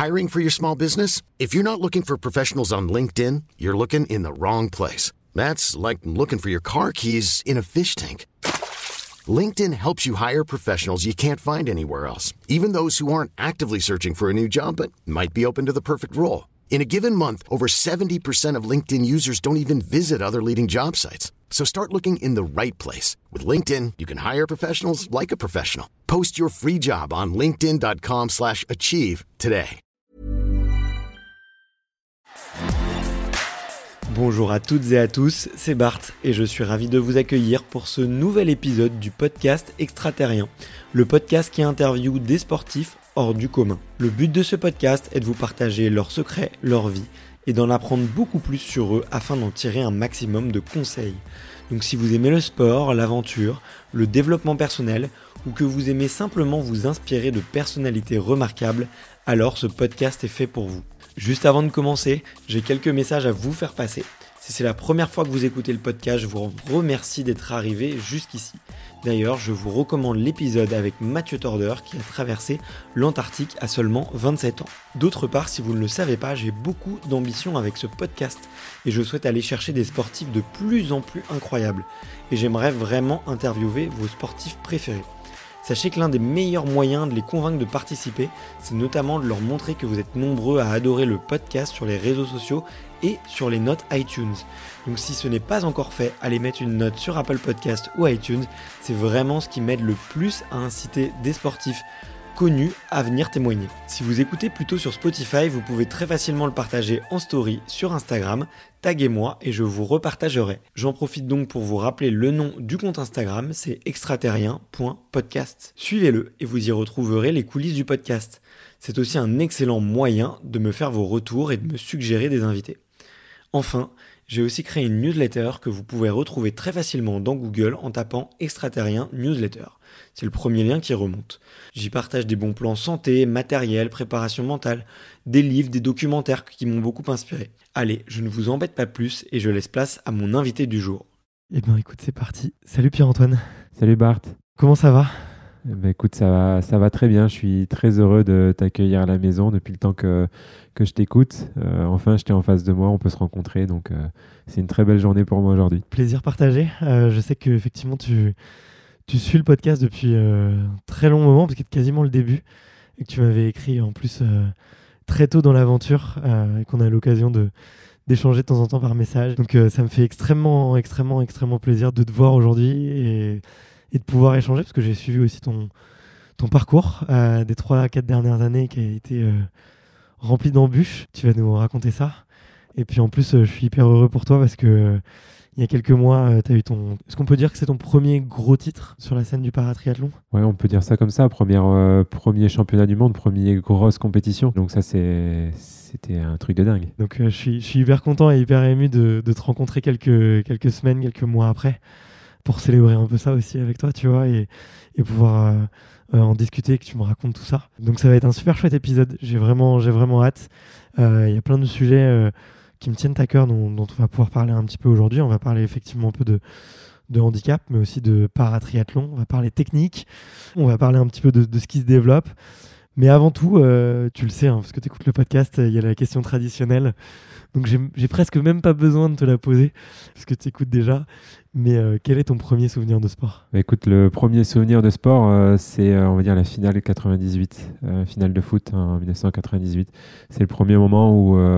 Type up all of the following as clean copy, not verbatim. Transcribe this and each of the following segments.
Hiring for your small business? If you're not looking for professionals on LinkedIn, you're looking in the wrong place. That's like looking for your car keys in a fish tank. LinkedIn helps you hire professionals you can't find anywhere else, even those who aren't actively searching for a new job but might be open to the perfect role. In a given month, over 70% of LinkedIn users don't even visit other leading job sites. So start looking in the right place. With LinkedIn, you can hire professionals like a professional. Post your free job on linkedin.com/achieve today. Bonjour à toutes et à tous, c'est Bart et je suis ravi de vous accueillir pour ce nouvel épisode du podcast Extraterrien, le podcast qui interviewe des sportifs hors du commun. Le but de ce podcast est de vous partager leurs secrets, leur vie et d'en apprendre beaucoup plus sur eux afin d'en tirer un maximum de conseils. Donc si vous aimez le sport, l'aventure, le développement personnel ou que vous aimez simplement vous inspirer de personnalités remarquables, alors ce podcast est fait pour vous. Juste avant de commencer, j'ai quelques messages à vous faire passer. Si c'est la première fois que vous écoutez le podcast, je vous remercie d'être arrivé jusqu'ici. D'ailleurs, je vous recommande l'épisode avec Mathieu Torder qui a traversé l'Antarctique à seulement 27 ans. D'autre part, si vous ne le savez pas, j'ai beaucoup d'ambition avec ce podcast et je souhaite aller chercher des sportifs de plus en plus incroyables. Et j'aimerais vraiment interviewer vos sportifs préférés. Sachez que l'un des meilleurs moyens de les convaincre de participer, c'est notamment de leur montrer que vous êtes nombreux à adorer le podcast sur les réseaux sociaux et sur les notes iTunes. Donc si ce n'est pas encore fait, allez mettre une note sur Apple Podcast ou iTunes, c'est vraiment ce qui m'aide le plus à inciter des sportifs connus à venir témoigner. Si vous écoutez plutôt sur Spotify, vous pouvez très facilement le partager en story sur Instagram, taguez-moi et je vous repartagerai. J'en profite donc pour vous rappeler le nom du compte Instagram, c'est extraterrien.podcast. Suivez-le et vous y retrouverez les coulisses du podcast. C'est aussi un excellent moyen de me faire vos retours et de me suggérer des invités. Enfin, j'ai aussi créé une newsletter que vous pouvez retrouver très facilement dans Google en tapant Extraterrien Newsletter. C'est le premier lien qui remonte. J'y partage des bons plans santé, matériel, préparation mentale, des livres, des documentaires qui m'ont beaucoup inspiré. Allez, je ne vous embête pas plus et je laisse place à mon invité du jour. Eh bien écoute, c'est parti. Salut Pierre-Antoine. Salut Bart. Comment ça va ? Écoute, ça va très bien. Je suis très heureux de t'accueillir à la maison depuis le temps que je t'écoute. Enfin, je t'ai en face de moi, on peut se rencontrer. Donc, c'est une très belle journée pour moi aujourd'hui. Plaisir partagé. Je sais qu'effectivement, tu suis le podcast depuis un très long moment, parce que c'est quasiment le début, et que tu m'avais écrit en plus très tôt dans l'aventure, et qu'on a l'occasion d'échanger de temps en temps par message. Donc, ça me fait extrêmement plaisir de te voir aujourd'hui et de pouvoir échanger, parce que j'ai suivi aussi ton parcours des 3 à 4 dernières années qui a été rempli d'embûches. Tu vas nous raconter ça. Et puis en plus, je suis hyper heureux pour toi parce que il y a quelques mois, tu as eu Est-ce qu'on peut dire que c'est ton premier gros titre sur la scène du paratriathlon ? Ouais, on peut dire ça comme ça. Premier championnat du monde, première grosse compétition. Donc ça, c'était un truc de dingue. Donc je suis hyper content et hyper ému de te rencontrer quelques semaines, quelques mois après, pour célébrer un peu ça aussi avec toi, tu vois, et pouvoir en discuter et que tu me racontes tout ça. Donc ça va être un super chouette épisode. J'ai vraiment hâte. Il y a plein de sujets qui me tiennent à cœur dont on va pouvoir parler un petit peu aujourd'hui. On va parler effectivement un peu de handicap, mais aussi de paratriathlon. On va parler technique. On va parler un petit peu de ce qui se développe. Mais avant tout, tu le sais, hein, parce que tu écoutes le podcast, il y a la question traditionnelle. Donc j'ai presque même pas besoin de te la poser, parce que tu écoutes déjà. Mais quel est ton premier souvenir de sport ? Écoute, le premier souvenir de sport, c'est on va dire la finale 98, finale de foot en 1998. C'est le premier moment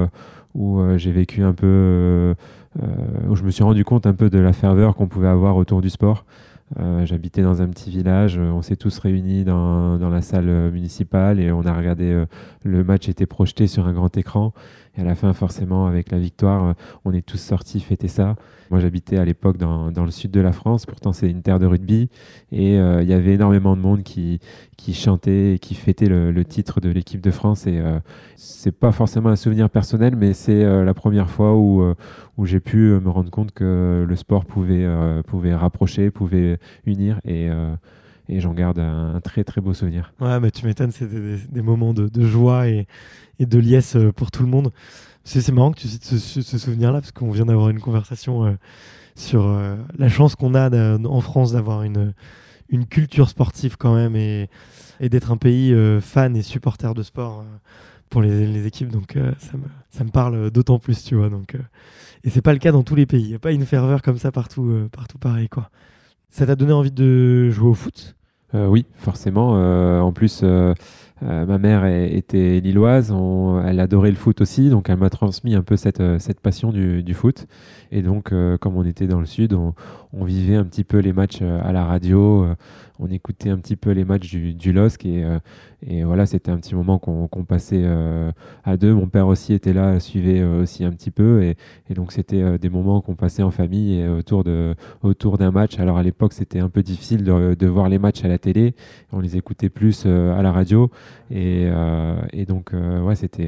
où j'ai vécu un peu, où je me suis rendu compte un peu de la ferveur qu'on pouvait avoir autour du sport. J'habitais dans un petit village, on s'est tous réunis dans la salle municipale et on a regardé, le match était projeté sur un grand écran et à la fin forcément avec la victoire, on est tous sortis fêter ça. Moi j'habitais à l'époque dans le sud de la France, pourtant c'est une terre de rugby et il y avait énormément de monde qui chantait et qui fêtait le titre de l'équipe de France et c'est pas forcément un souvenir personnel mais c'est la première fois où j'ai pu me rendre compte que le sport pouvait rapprocher, pouvait unir et j'en garde un très très beau souvenir. Ouais, mais tu m'étonnes, c'est des moments de joie et de liesse pour tout le monde. C'est marrant que tu cites ce souvenir-là parce qu'on vient d'avoir une conversation sur la chance qu'on a en France d'avoir une culture sportive quand même et d'être un pays fan et supporter de sport pour les équipes, donc ça me parle d'autant plus, tu vois. Donc, et c'est pas le cas dans tous les pays. Il n'y a pas une ferveur comme ça partout pareil, quoi. Ça t'a donné envie de jouer au foot ? Oui, forcément. En plus, ma mère était lilloise, elle adorait le foot aussi, donc elle m'a transmis un peu cette passion du foot. Et donc, comme on était dans le sud, on vivait un petit peu les matchs à la radio, on écoutait un petit peu les matchs du LOSC et voilà, c'était un petit moment qu'on passait à deux. Mon père aussi était là, suivait aussi un petit peu et donc c'était des moments qu'on passait en famille et autour d'un match. Alors à l'époque, c'était un peu difficile de voir les matchs à la télé, on les écoutait plus à la radio et donc ouais, c'était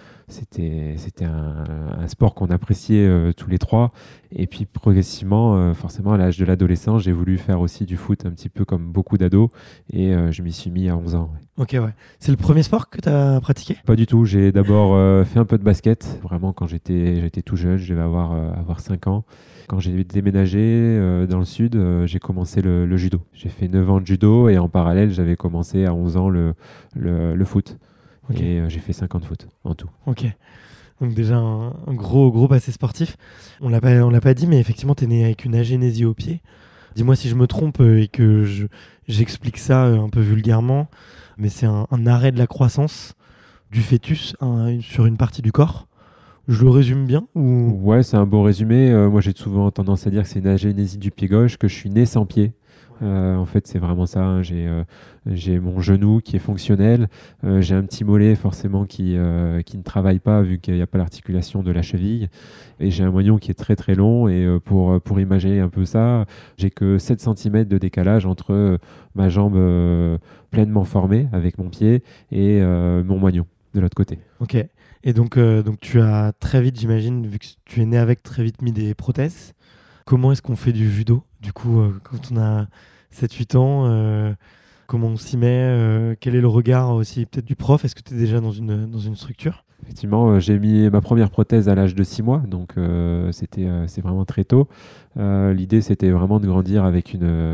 un sport qu'on appréciait tous les trois. Et puis progressivement, forcément à l'âge de l'adolescence, j'ai voulu faire aussi du foot un petit peu comme beaucoup d'ados et je m'y suis mis à 11 ans. Ouais. Ok, ouais. C'est le premier sport que tu as pratiqué ? Pas du tout, j'ai d'abord fait un peu de basket, vraiment quand j'étais tout jeune, je devais avoir 5 ans. Quand j'ai déménagé dans le sud, j'ai commencé le judo. J'ai fait 9 ans de judo et en parallèle, j'avais commencé à 11 ans le foot. Okay. Et j'ai fait 5 ans de foot en tout. Ok. Donc déjà un gros passé sportif. On l'a pas dit, mais effectivement, tu es né avec une agénésie au pied. Dis-moi si je me trompe et que j'explique ça un peu vulgairement, mais c'est un arrêt de la croissance du fœtus sur une partie du corps. Je le résume bien ou... Ouais, c'est un beau résumé. Moi, j'ai souvent tendance à dire que c'est une agénésie du pied gauche, que je suis né sans pied. En fait, c'est vraiment ça. Hein. J'ai mon genou qui est fonctionnel. J'ai un petit mollet forcément qui ne travaille pas vu qu'il n'y a pas l'articulation de la cheville. Et j'ai un moignon qui est très très long. Et pour imaginer un peu ça, j'ai que 7 cm de décalage entre ma jambe pleinement formée avec mon pied et mon moignon de l'autre côté. Ok. Et donc tu as très vite, j'imagine, vu que tu es né avec, très vite mis des prothèses. Comment est-ce qu'on fait du judo ? Du coup, quand on a 7-8 ans, comment on s'y met ? Quel est le regard aussi peut-être du prof ? Est-ce que tu es déjà dans une structure ? Effectivement, j'ai mis ma première prothèse à l'âge de 6 mois, donc c'est vraiment très tôt. L'idée, c'était vraiment de grandir avec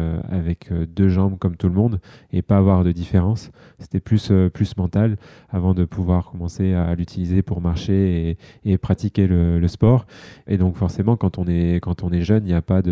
2 jambes comme tout le monde et pas avoir de différence. C'était plus mental avant de pouvoir commencer à l'utiliser pour marcher et pratiquer le sport. Et donc forcément, quand on est jeune,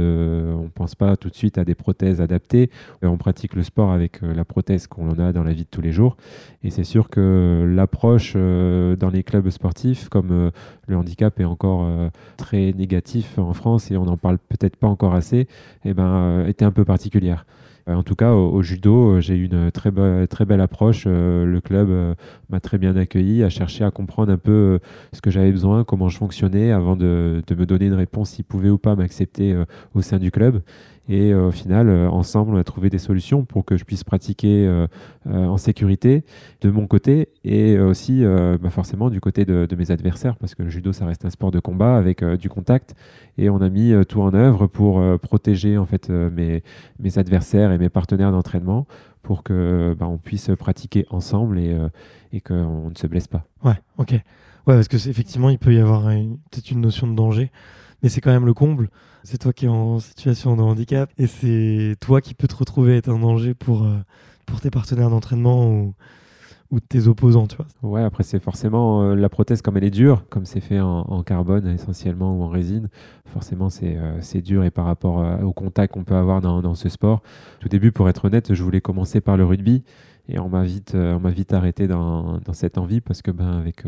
on pense pas tout de suite à des prothèses adaptées. On pratique le sport avec la prothèse qu'on a dans la vie de tous les jours. Et c'est sûr que l'approche dans les clubs sportifs, comme le handicap est encore très négatif en France et on n'en parle peut-être pas encore assez, était un peu particulière. En tout cas, au judo, j'ai eu une très belle approche. Le club m'a très bien accueilli, a cherché à comprendre un peu ce que j'avais besoin, comment je fonctionnais, avant de me donner une réponse s'ils pouvaient ou pas m'accepter au sein du club. Et au final, ensemble, on a trouvé des solutions pour que je puisse pratiquer en sécurité de mon côté et aussi forcément du côté de mes adversaires, parce que le judo, ça reste un sport de combat avec du contact. Et on a mis tout en œuvre pour protéger en fait, mes adversaires et mes partenaires d'entraînement pour que on puisse pratiquer ensemble et qu'on ne se blesse pas. Ouais, ok. Ouais, parce que effectivement, il peut y avoir peut-être une notion de danger, mais c'est quand même le comble. C'est toi qui es en situation de handicap et c'est toi qui peux te retrouver être un danger pour tes partenaires d'entraînement ou tes opposants, tu vois. Ouais, après c'est forcément la prothèse, comme elle est dure, comme c'est fait en carbone essentiellement ou en résine, forcément c'est dur et par rapport au contact qu'on peut avoir dans ce sport. Tout début, pour être honnête, je voulais commencer par le rugby. Et on m'a vite arrêté dans cette envie parce que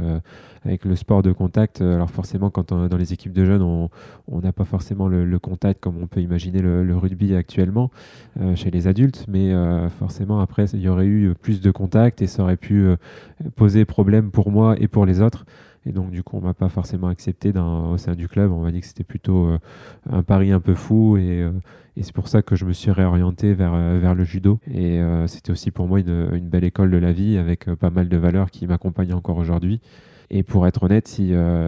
avec le sport de contact, alors forcément quand dans les équipes de jeunes, on n'a pas forcément le contact comme on peut imaginer le rugby actuellement chez les adultes, mais forcément après il y aurait eu plus de contact et ça aurait pu poser problème pour moi et pour les autres. Et donc, du coup, on ne m'a pas forcément accepté au sein du club. On m'a dit que c'était plutôt un pari un peu fou. Et c'est pour ça que je me suis réorienté vers le judo. Et c'était aussi pour moi une belle école de la vie avec pas mal de valeurs qui m'accompagnent encore aujourd'hui. Et pour être honnête, si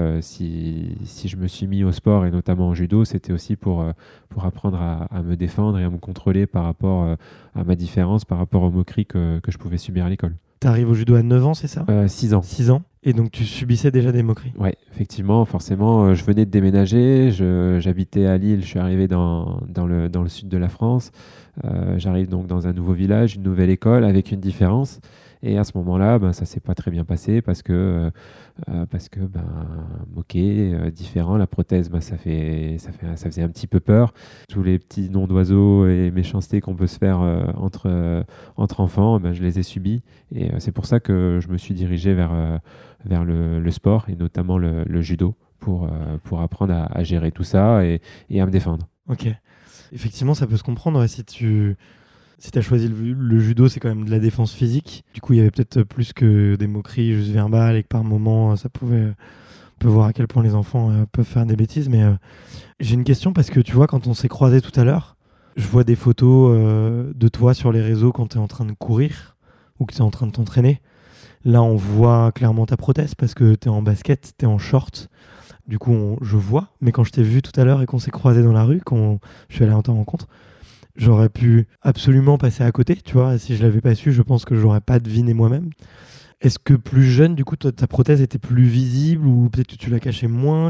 je me suis mis au sport et notamment au judo, c'était aussi pour apprendre à me défendre et à me contrôler par rapport à ma différence, par rapport aux moqueries que je pouvais subir à l'école. Tu arrives au judo à 9 ans, c'est ça ? 6 ans. 6 ans. Et donc tu subissais déjà des moqueries ? Oui, effectivement, forcément. Je venais de déménager, j'habitais à Lille, je suis arrivé dans le sud de la France. J'arrive donc dans un nouveau village, une nouvelle école avec une différence. Et à ce moment-là, ça s'est pas très bien passé parce que moqué, différent. La prothèse, ça faisait un petit peu peur. Tous les petits noms d'oiseaux et méchancetés qu'on peut se faire entre enfants, je les ai subis. Et c'est pour ça que je me suis dirigé vers le sport et notamment le judo pour apprendre à gérer tout ça et à me défendre. Ok. Effectivement, ça peut se comprendre. Ouais, si tu as choisi le judo, c'est quand même de la défense physique. Du coup, il y avait peut-être plus que des moqueries juste verbales et que par moments, on peut voir à quel point les enfants peuvent faire des bêtises. Mais j'ai une question parce que tu vois, quand on s'est croisés tout à l'heure, je vois des photos de toi sur les réseaux quand tu es en train de courir ou que tu es en train de t'entraîner. Là, on voit clairement ta prothèse parce que tu es en basket, tu es en short. Du coup, je vois. Mais quand je t'ai vu tout à l'heure et qu'on s'est croisés dans la rue, quand je suis allé à ta rencontre, j'aurais pu absolument passer à côté, tu vois. Si je l'avais pas su, je pense que j'aurais pas deviné moi-même. Est-ce que plus jeune, du coup, ta prothèse était plus visible ou peut-être que tu la cachais moins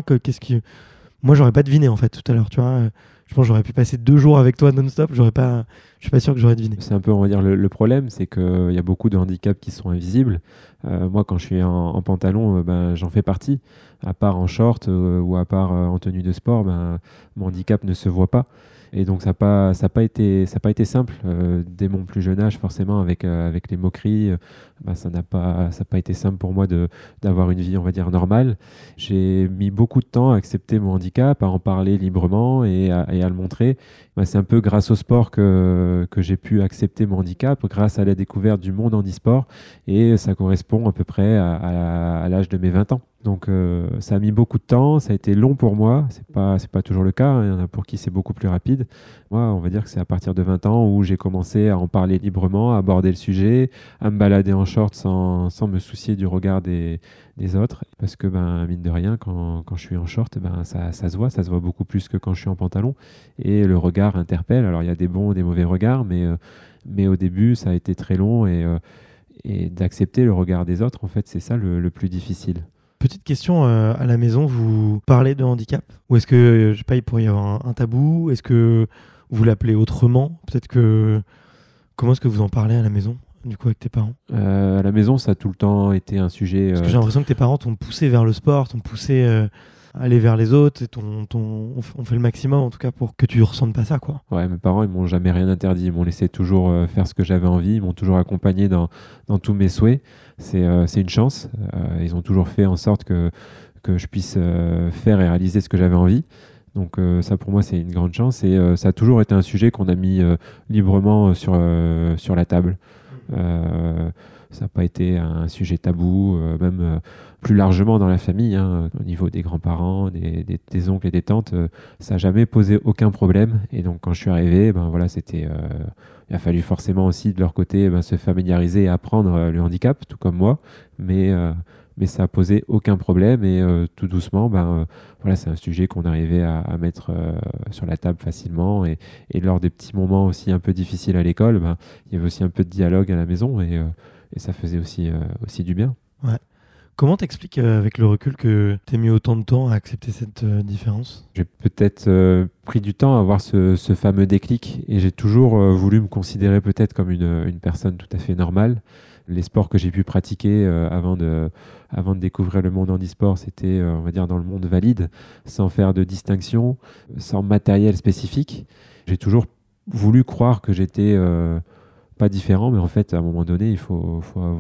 Moi, j'aurais pas deviné en fait tout à l'heure, tu vois. Je pense que j'aurais pu passer 2 jours avec toi non-stop. Je suis pas sûr que j'aurais deviné. C'est un peu, on va dire, le problème, c'est qu'il y a beaucoup de handicaps qui sont invisibles. Moi, quand je suis en pantalon, j'en fais partie. À part en short ou à part en tenue de sport, mon handicap ne se voit pas. Et donc, ça n'a pas été simple. Dès mon plus jeune âge, forcément, avec les moqueries, ça n'a pas été simple pour moi d'avoir une vie, on va dire, normale. J'ai mis beaucoup de temps à accepter mon handicap, à en parler librement et à le montrer. C'est un peu grâce au sport que j'ai pu accepter mon handicap, grâce à la découverte du monde handisport. Et ça correspond à peu près à l'âge de mes 20 ans. Donc ça a mis beaucoup de temps, ça a été long pour moi, c'est pas toujours le cas, il y en a pour qui c'est beaucoup plus rapide. Moi, on va dire que c'est à partir de 20 ans où j'ai commencé à en parler librement, à aborder le sujet, à me balader en short sans me soucier du regard des autres. Parce que mine de rien, quand je suis en short, ça se voit beaucoup plus que quand je suis en pantalon. Et le regard interpelle, alors il y a des bons et des mauvais regards, mais au début, ça a été très long et d'accepter le regard des autres, en fait, c'est ça le plus difficile. Petite question, à la maison, vous parlez de handicap? Ou est-ce que, je sais pas, il pourrait y avoir un tabou? Est-ce que vous l'appelez autrement? Comment est-ce que vous en parlez à la maison, du coup, avec tes parents? À la maison, ça a tout le temps été un sujet... Parce que j'ai l'impression que tes parents t'ont poussé vers le sport, t'ont poussé à aller vers les autres, et on fait le maximum, en tout cas, pour que tu ressentes pas ça, quoi. Ouais, mes parents, ils m'ont jamais rien interdit. Ils m'ont laissé toujours faire ce que j'avais envie. Ils m'ont toujours accompagné dans tous mes souhaits. C'est une chance. Ils ont toujours fait en sorte que je puisse faire et réaliser ce que j'avais envie. Donc ça, pour moi, c'est une grande chance. Et ça a toujours été un sujet qu'on a mis librement sur la table. Ça n'a pas été un sujet tabou, même plus largement dans la famille, au niveau des grands-parents, des oncles et des tantes, ça n'a jamais posé aucun problème. Et donc quand je suis arrivé, il a fallu forcément aussi de leur côté se familiariser et apprendre le handicap, tout comme moi, mais ça n'a posé aucun problème et tout doucement, c'est un sujet qu'on arrivait à mettre sur la table facilement et lors des petits moments aussi un peu difficiles à l'école, il y avait aussi un peu de dialogue à la maison et ça faisait aussi du bien. Ouais. Comment t'expliques avec le recul que t'aies mis autant de temps à accepter cette différence? J'ai peut-être pris du temps à avoir ce fameux déclic et j'ai toujours voulu me considérer peut-être comme une personne tout à fait normale. Les sports que j'ai pu pratiquer avant de découvrir le monde handisport, c'était, on va dire, dans le monde valide, sans faire de distinction, sans matériel spécifique. J'ai toujours voulu croire que j'étais pas différent, mais en fait, à un moment donné, il faut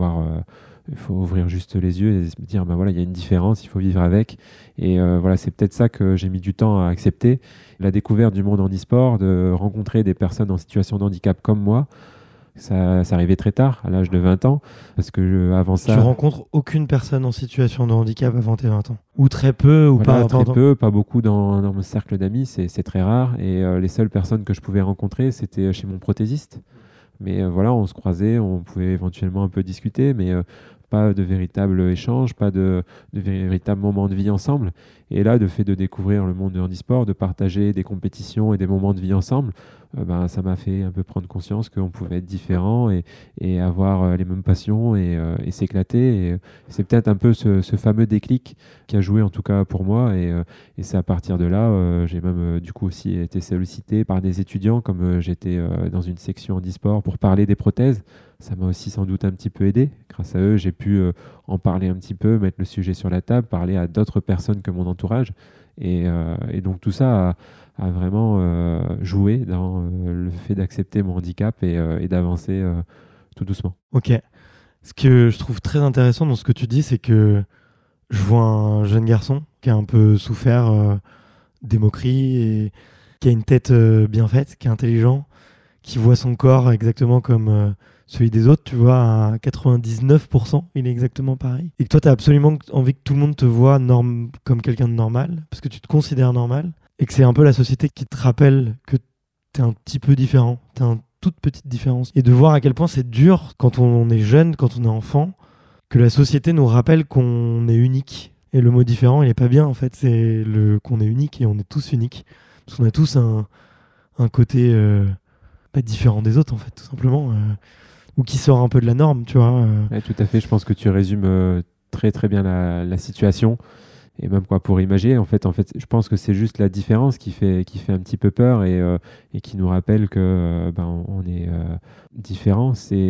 ouvrir juste les yeux et se dire, il y a une différence, il faut vivre avec. Et c'est peut-être ça que j'ai mis du temps à accepter. La découverte du monde handisport, de rencontrer des personnes en situation de handicap comme moi, ça arrivait très tard, à l'âge de 20 ans, parce que avant ça... Tu rencontres aucune personne en situation de handicap avant tes 20 ans? Ou très peu, ou pas? Très peu, pas beaucoup dans mon cercle d'amis, c'est très rare. Et les seules personnes que je pouvais rencontrer, c'était chez mon prothésiste. Mais on se croisait, on pouvait éventuellement un peu discuter, mais pas de véritable échange, pas de véritable moment de vie ensemble. Et là, le fait de découvrir le monde du handisport, de partager des compétitions et des moments de vie ensemble, ça m'a fait un peu prendre conscience qu'on pouvait être différent et avoir les mêmes passions et s'éclater. Et c'est peut-être un peu ce fameux déclic qui a joué en tout cas pour moi. Et c'est à partir de là, j'ai même du coup aussi été sollicité par des étudiants comme j'étais dans une section handisport pour parler des prothèses. Ça m'a aussi sans doute un petit peu aidé. Grâce à eux, j'ai pu en parler un petit peu, mettre le sujet sur la table, parler à d'autres personnes que mon entourage. Et donc tout ça a vraiment joué dans le fait d'accepter mon handicap et d'avancer tout doucement. Ok. Ce que je trouve très intéressant dans ce que tu dis, c'est que je vois un jeune garçon qui a un peu souffert des moqueries et qui a une tête bien faite, qui est intelligent, qui voit son corps exactement comme celui des autres, tu vois, à 99%, il est exactement pareil. Et que toi, tu as absolument envie que tout le monde te voit comme quelqu'un de normal, parce que tu te considères normal, et que c'est un peu la société qui te rappelle que tu es un petit peu différent, tu as une toute petite différence. Et de voir à quel point c'est dur quand on est jeune, quand on est enfant, que la société nous rappelle qu'on est unique. Et le mot différent, il est pas bien, en fait, c'est qu'on est unique, et on est tous uniques. Parce qu'on a tous un côté différent des autres, en fait, tout simplement. Ou qui sort un peu de la norme, tu vois. Ouais, tout à fait, je pense que tu résumes très très bien la situation. Et même quoi, pour imaginer, en fait, je pense que c'est juste la différence qui fait un petit peu peur et qui nous rappelle que on est différents.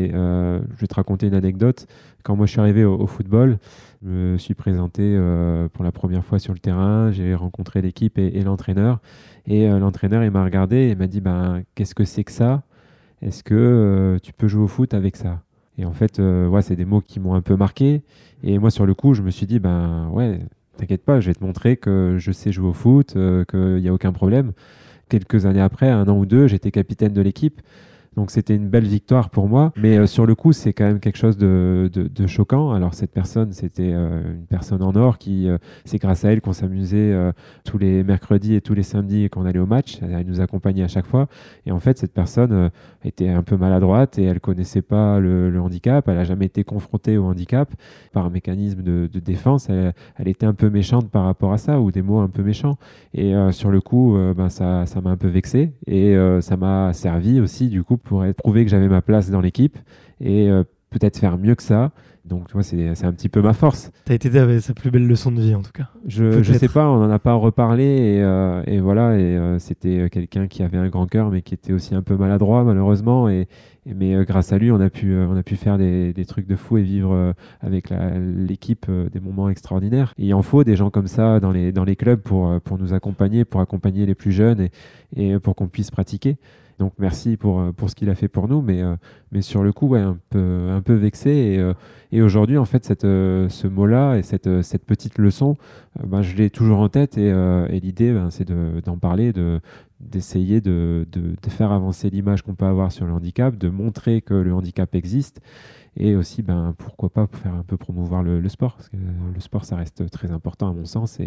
Je vais te raconter une anecdote. Quand moi je suis arrivé au football, je me suis présenté pour la première fois sur le terrain. J'ai rencontré l'équipe et l'entraîneur. Et l'entraîneur, il m'a regardé et m'a dit qu'est-ce que c'est que ça ? Est-ce que tu peux jouer au foot avec ça ? Et en fait, c'est des mots qui m'ont un peu marqué. Et moi, sur le coup, je me suis dit, ouais, t'inquiète pas, je vais te montrer que je sais jouer au foot, qu'il n'y a aucun problème. Quelques années après, 1 an ou 2, j'étais capitaine de l'équipe. Donc c'était une belle victoire pour moi. Mais sur le coup, c'est quand même quelque chose de choquant. Alors cette personne, c'était une personne en or qui, c'est grâce à elle qu'on s'amusait tous les mercredis et tous les samedis et qu'on allait au match. Elle nous accompagnait à chaque fois. Et en fait, cette personne était un peu maladroite et elle connaissait pas le handicap. Elle n'a jamais été confrontée au handicap. Par un mécanisme de défense, elle était un peu méchante par rapport à ça, ou des mots un peu méchants. Et sur le coup, ça m'a un peu vexé. Et ça m'a servi aussi, du coup, pour prouver que j'avais ma place dans l'équipe et peut-être faire mieux que ça. Donc, tu vois, c'est un petit peu ma force. Tu as été sa plus belle leçon de vie, en tout cas. Je sais pas, on n'en a pas reparlé. Et voilà, c'était quelqu'un qui avait un grand cœur, mais qui était aussi un peu maladroit, malheureusement. Mais grâce à lui, on a pu faire des trucs de fou et vivre avec l'équipe des moments extraordinaires. Et il en faut des gens comme ça dans les clubs pour nous accompagner, pour accompagner les plus jeunes et pour qu'on puisse pratiquer. Donc merci pour ce qu'il a fait pour nous, mais sur le coup, ouais, un peu vexé. Et aujourd'hui, en fait, ce mot-là et cette petite leçon, je l'ai toujours en tête. Et l'idée, c'est d'en parler, d'essayer de faire avancer l'image qu'on peut avoir sur le handicap, de montrer que le handicap existe. Et aussi, pourquoi pas faire un peu promouvoir le sport, parce que le sport, ça reste très important à mon sens.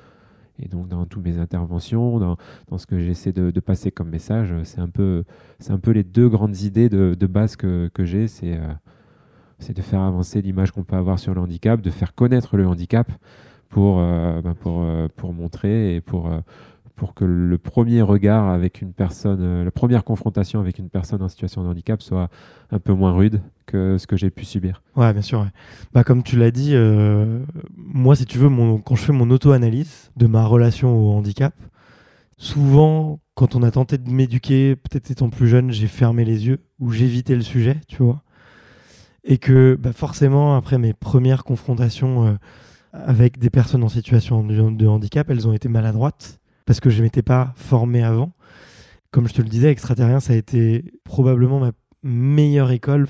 Et donc, dans toutes mes interventions, dans ce que j'essaie de passer comme message, c'est un peu les deux grandes idées de base que j'ai. C'est de faire avancer l'image qu'on peut avoir sur le handicap, de faire connaître le handicap pour montrer et pour que le premier regard avec une personne, la première confrontation avec une personne en situation de handicap soit un peu moins rude que ce que j'ai pu subir. Ouais, bien sûr. Ouais. Comme tu l'as dit, moi, si tu veux, quand je fais mon auto-analyse de ma relation au handicap, souvent, quand on a tenté de m'éduquer, peut-être étant plus jeune, j'ai fermé les yeux ou j'évitais le sujet, tu vois. Et que forcément, après mes premières confrontations avec des personnes en situation de handicap, elles ont été maladroites parce que je ne m'étais pas formé avant. Comme je te le disais, Extraterrien, ça a été probablement ma meilleure école,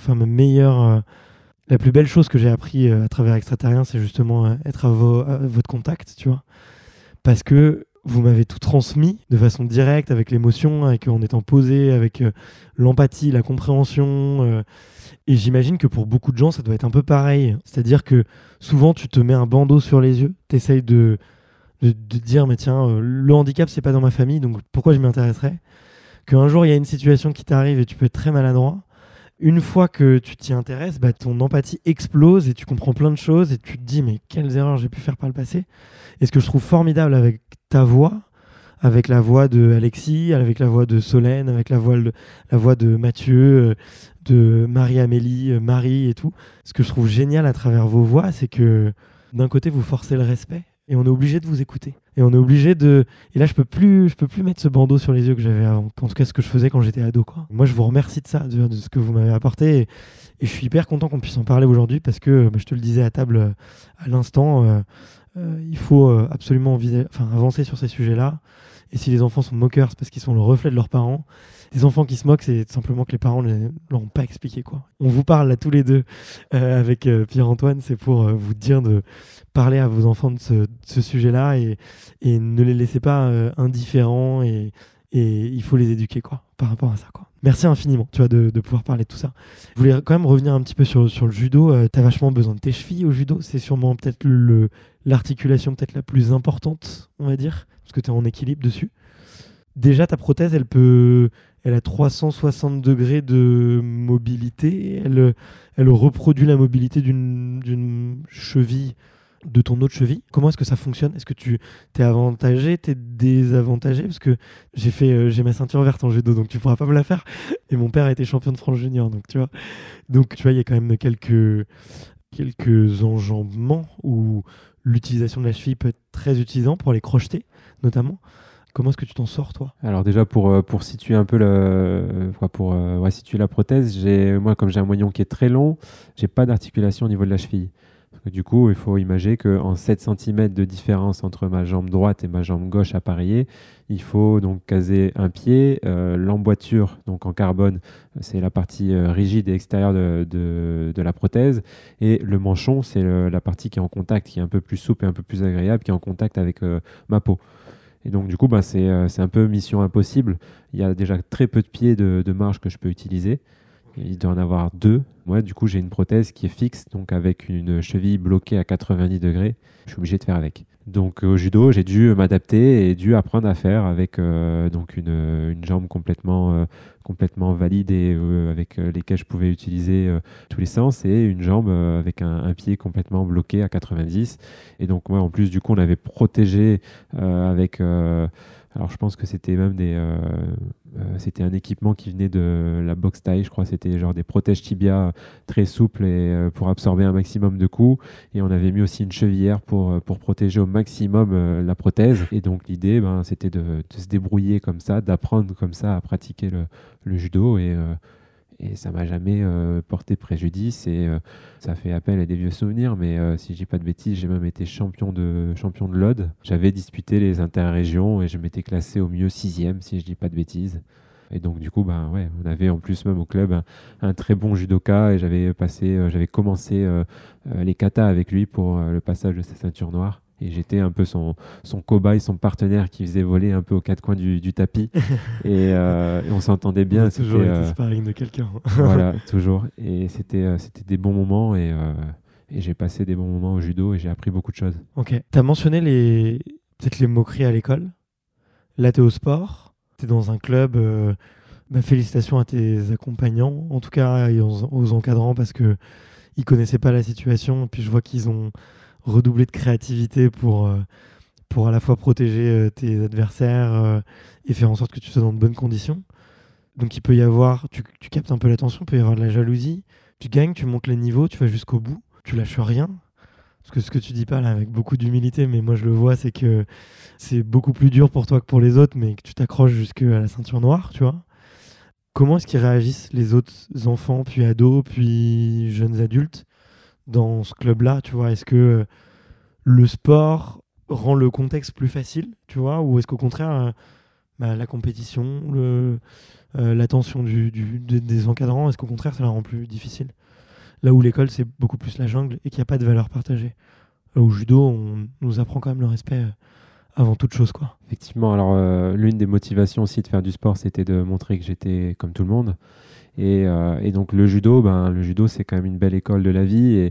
la plus belle chose que j'ai appris à travers Extraterrien, c'est justement être à votre contact, tu vois. Parce que vous m'avez tout transmis de façon directe, avec l'émotion, en étant posé, avec l'empathie, la compréhension. Et j'imagine que pour beaucoup de gens, ça doit être un peu pareil. C'est-à-dire que souvent, tu te mets un bandeau sur les yeux, tu essayes de dire, mais tiens, le handicap, c'est pas dans ma famille, donc pourquoi je m'y intéresserais ? Qu'un jour, il y a une situation qui t'arrive et tu peux être très maladroit. Une fois que tu t'y intéresses, ton empathie explose et tu comprends plein de choses et tu te dis, mais quelles erreurs j'ai pu faire par le passé ? Et ce que je trouve formidable avec ta voix, avec la voix de Alexis, avec la voix de Solène, avec la voix de Mathieu, de Marie-Amélie, Marie et tout. Ce que je trouve génial à travers vos voix, c'est que d'un côté, vous forcez le respect et on est obligé de vous écouter. Et on est obligé de... Et là, je peux plus mettre ce bandeau sur les yeux que j'avais avant. En tout cas, ce que je faisais quand j'étais ado, quoi. Moi, je vous remercie de ça, de ce que vous m'avez apporté. Et je suis hyper content qu'on puisse en parler aujourd'hui parce que, je te le disais à table à l'instant, il faut absolument avancer sur ces sujets-là. Et si les enfants sont moqueurs, c'est parce qu'ils sont le reflet de leurs parents. Les enfants qui se moquent, c'est tout simplement que les parents ne leur ont pas expliqué, quoi. On vous parle là tous les deux avec Pierre-Antoine, c'est pour vous dire de parler à vos enfants de ce sujet-là et ne les laissez pas indifférents et il faut les éduquer, quoi, par rapport à ça, quoi. Merci infiniment, tu vois, de pouvoir parler de tout ça. Je voulais quand même revenir un petit peu sur le judo. T'as vachement besoin de tes chevilles au judo. C'est sûrement peut-être l'articulation peut-être la plus importante, on va dire, parce que t'es en équilibre dessus. Déjà, ta prothèse, elle a 360 degrés de mobilité. Elle reproduit la mobilité d'une cheville de ton autre cheville. Comment est-ce que ça fonctionne ? Est-ce que tu t'es avantagé, t'es désavantagé ? Parce que j'ai ma ceinture verte en judo, donc tu pourras pas me la faire. Et mon père a été champion de France junior, donc tu vois. Donc tu vois, il y a quand même quelques enjambements où l'utilisation de la cheville peut être très utilisante pour les crocheter, notamment. Comment est-ce que tu t'en sors, toi ? Alors déjà, pour situer un peu situer la prothèse, moi, comme j'ai un moignon qui est très long, j'ai pas d'articulation au niveau de la cheville. Du coup, il faut imaginer qu'en 7 cm de différence entre ma jambe droite et ma jambe gauche appareillée, il faut donc caser un pied, l'emboîture donc en carbone, c'est la partie rigide et extérieure de la prothèse, et le manchon, c'est la partie qui est en contact, qui est un peu plus souple et un peu plus agréable, qui est en contact avec ma peau. Et donc du coup, c'est un peu mission impossible. Il y a déjà très peu de pieds de marge que je peux utiliser. Il doit en avoir 2. Moi, du coup, j'ai une prothèse qui est fixe, donc avec une cheville bloquée à 90 degrés. Je suis obligé de faire avec. Donc au judo, j'ai dû m'adapter et dû apprendre à faire avec donc une jambe complètement valide et avec lesquelles je pouvais utiliser tous les sens, et une jambe avec un pied complètement bloqué à 90. Et donc moi, en plus, du coup, on avait protégé avec... alors je pense que c'était même c'était un équipement qui venait de la boxe taille, je crois. C'était genre des protèges tibia très souples et pour absorber un maximum de coups. Et on avait mis aussi une chevillère pour protéger au maximum la prothèse. Et donc l'idée, c'était de se débrouiller comme ça, d'apprendre comme ça à pratiquer le judo. Et ça m'a jamais porté préjudice, et ça fait appel à des vieux souvenirs, mais si je dis pas de bêtises, j'ai même été champion de l'Aude. J'avais disputé les interrégions et je m'étais classé au mieux 6e, si je dis pas de bêtises. Et donc du coup, on avait en plus même au club un très bon judoka, et j'avais commencé les katas avec lui pour le passage de sa ceinture noire. Et j'étais un peu son cobaye, son partenaire qui faisait voler un peu aux 4 coins du tapis. Et on s'entendait bien. On a toujours été sparring de quelqu'un. Voilà, toujours. Et c'était des bons moments. Et j'ai passé des bons moments au judo et j'ai appris beaucoup de choses. Ok. Tu as mentionné peut-être les moqueries à l'école. Là, tu es au sport. Tu es dans un club. Félicitations à tes accompagnants, en tout cas, et aux encadrants, parce qu'ils ne connaissaient pas la situation. Et puis je vois qu'ils ont redoubler de créativité pour à la fois protéger tes adversaires et faire en sorte que tu sois dans de bonnes conditions. Donc il peut y avoir, tu captes un peu l'attention, il peut y avoir de la jalousie, tu gagnes, tu montes les niveaux, tu vas jusqu'au bout, tu lâches rien. Parce que ce que tu dis pas là avec beaucoup d'humilité, mais moi je le vois, c'est que c'est beaucoup plus dur pour toi que pour les autres, mais que tu t'accroches jusqu'à la ceinture noire, tu vois. Comment est-ce qu'ils réagissent, les autres enfants, puis ados, puis jeunes adultes, dans ce club-là, tu vois? Est-ce que le sport rend le contexte plus facile, tu vois? Ou est-ce qu'au contraire, la compétition, l'attention des encadrants, est-ce qu'au contraire, ça la rend plus difficile? Là où l'école, c'est beaucoup plus la jungle et qu'il n'y a pas de valeur partagée. Là où judo, on nous apprend quand même le respect avant toute chose, quoi. Effectivement, alors l'une des motivations aussi de faire du sport, c'était de montrer que j'étais comme tout le monde. Et donc le judo, c'est quand même une belle école de la vie,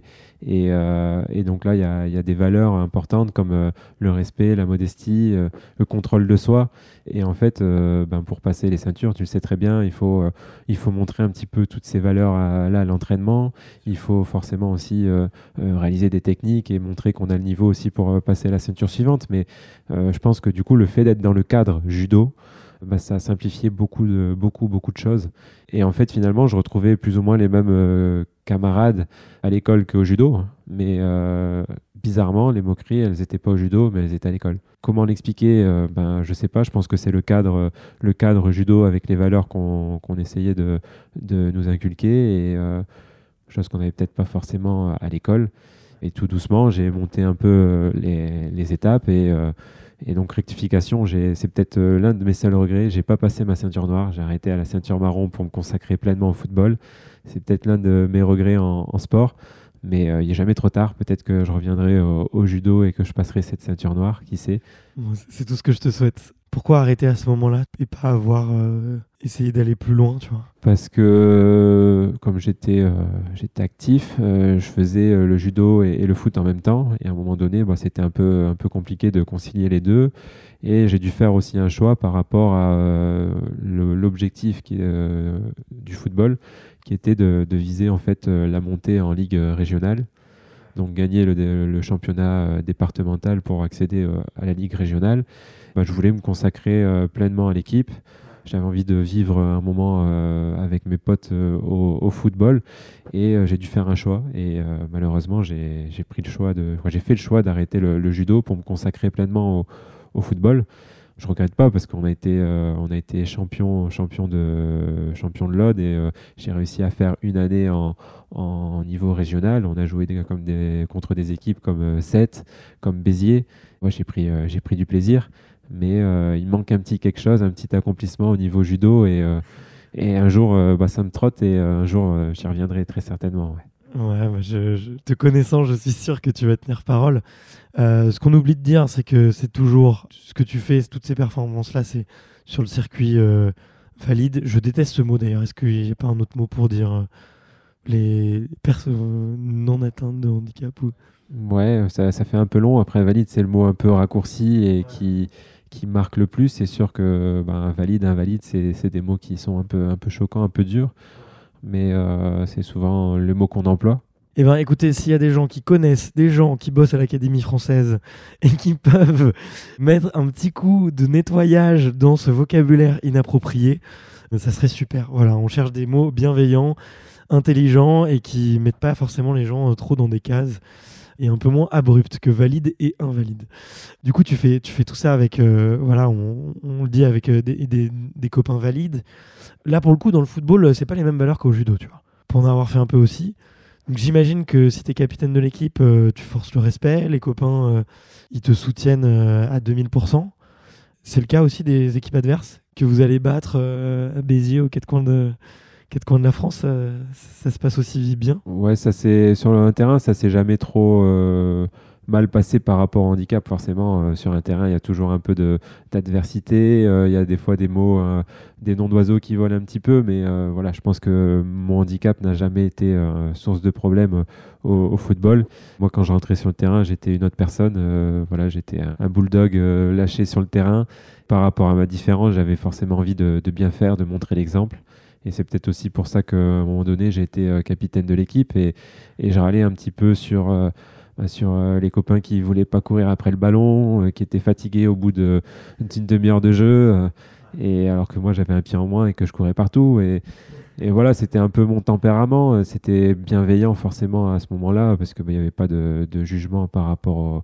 et donc là il y a des valeurs importantes comme le respect, la modestie, le contrôle de soi. Et en fait, pour passer les ceintures, tu le sais très bien, il faut montrer un petit peu toutes ces valeurs à l'entraînement. Il faut forcément aussi réaliser des techniques et montrer qu'on a le niveau aussi pour passer à la ceinture suivante. Mais je pense que du coup le fait d'être dans le cadre judo, ça a simplifié beaucoup de choses. Et en fait, finalement, je retrouvais plus ou moins les mêmes camarades à l'école qu'au judo. Mais bizarrement, les moqueries, elles n'étaient pas au judo, mais elles étaient à l'école. Comment l'expliquer? Je sais pas. Je pense que c'est le cadre judo avec les valeurs qu'on essayait de nous inculquer et chose qu'on n'avait peut-être pas forcément à l'école. Et tout doucement, j'ai monté un peu les étapes et donc rectification, c'est peut-être l'un de mes seuls regrets. J'ai pas passé ma ceinture noire, j'ai arrêté à la ceinture marron pour me consacrer pleinement au football. C'est peut-être l'un de mes regrets en sport, mais il n'est jamais trop tard. Peut-être que je reviendrai au judo et que je passerai cette ceinture noire, qui sait. Bon, c'est tout ce que je te souhaite. Pourquoi arrêter à ce moment-là et pas avoir essayé d'aller plus loin, tu vois? Parce que comme j'étais actif, je faisais le judo et le foot en même temps. Et à un moment donné, c'était un peu compliqué de concilier les deux. Et j'ai dû faire aussi un choix par rapport à l'objectif du football, qui était de viser en fait la montée en ligue régionale. Donc gagner le championnat départemental pour accéder à la ligue régionale. Je voulais me consacrer pleinement à l'équipe. J'avais envie de vivre un moment avec mes potes au football et j'ai dû faire un choix. Et malheureusement, j'ai fait le choix d'arrêter le judo pour me consacrer pleinement au football. Je regrette pas parce qu'on a été champion de l'Aude et j'ai réussi à faire une année en niveau régional. On a joué contre des équipes comme Sète, comme Béziers. Moi, j'ai pris du plaisir. Mais il manque un petit accomplissement au niveau judo et un jour ça me trotte et un jour j'y reviendrai très certainement. Ouais, te connaissant, je suis sûr que tu vas tenir parole. Ce qu'on oublie de dire, c'est que c'est toujours ce que tu fais, toutes ces performances-là, c'est sur le circuit valide. Je déteste ce mot d'ailleurs. Est-ce qu'il n'y a pas un autre mot pour dire les personnes non atteintes de handicap ou... Ouais, ça fait un peu long. Après, valide, c'est le mot un peu raccourci et qui marque le plus. C'est sûr que valide, invalide, c'est des mots qui sont un peu choquants, un peu durs. Mais c'est souvent le mot qu'on emploie. Eh bien, écoutez, s'il y a des gens qui connaissent, des gens qui bossent à l'Académie française et qui peuvent mettre un petit coup de nettoyage dans ce vocabulaire inapproprié, ça serait super. Voilà, on cherche des mots bienveillants, intelligents et qui mettent pas forcément les gens trop dans des cases et un peu moins abruptes que valide et invalide. Du coup, tu fais tout ça avec, on le dit, avec des copains valides. Là, pour le coup, dans le football, c'est pas les mêmes valeurs qu'au judo, tu vois. Pour en avoir fait un peu aussi. Donc j'imagine que si tu es capitaine de l'équipe, tu forces le respect, les copains, ils te soutiennent à 2000%. C'est le cas aussi des équipes adverses que vous allez battre à Béziers, aux quatre coins de la France, ça se passe aussi bien? Ouais, ça c'est sur le terrain, ça s'est jamais trop mal passé par rapport au handicap. Forcément, sur un terrain, il y a toujours un peu d'adversité. Il y a des fois des mots, des noms d'oiseaux qui volent un petit peu, mais voilà, je pense que mon handicap n'a jamais été source de problème au football. Moi, quand je rentrais sur le terrain, j'étais une autre personne. J'étais un bulldog lâché sur le terrain. Par rapport à ma différence, j'avais forcément envie de bien faire, de montrer l'exemple. Et c'est peut-être aussi pour ça qu'à un moment donné, j'ai été capitaine de l'équipe et je râlais un petit peu sur les copains qui ne voulaient pas courir après le ballon, qui étaient fatigués au bout d'une demi-heure de jeu, et alors que moi, j'avais un pied en moins et que je courais partout. Et voilà, c'était un peu mon tempérament. C'était bienveillant forcément à ce moment-là parce qu'il n'y avait pas de jugement par rapport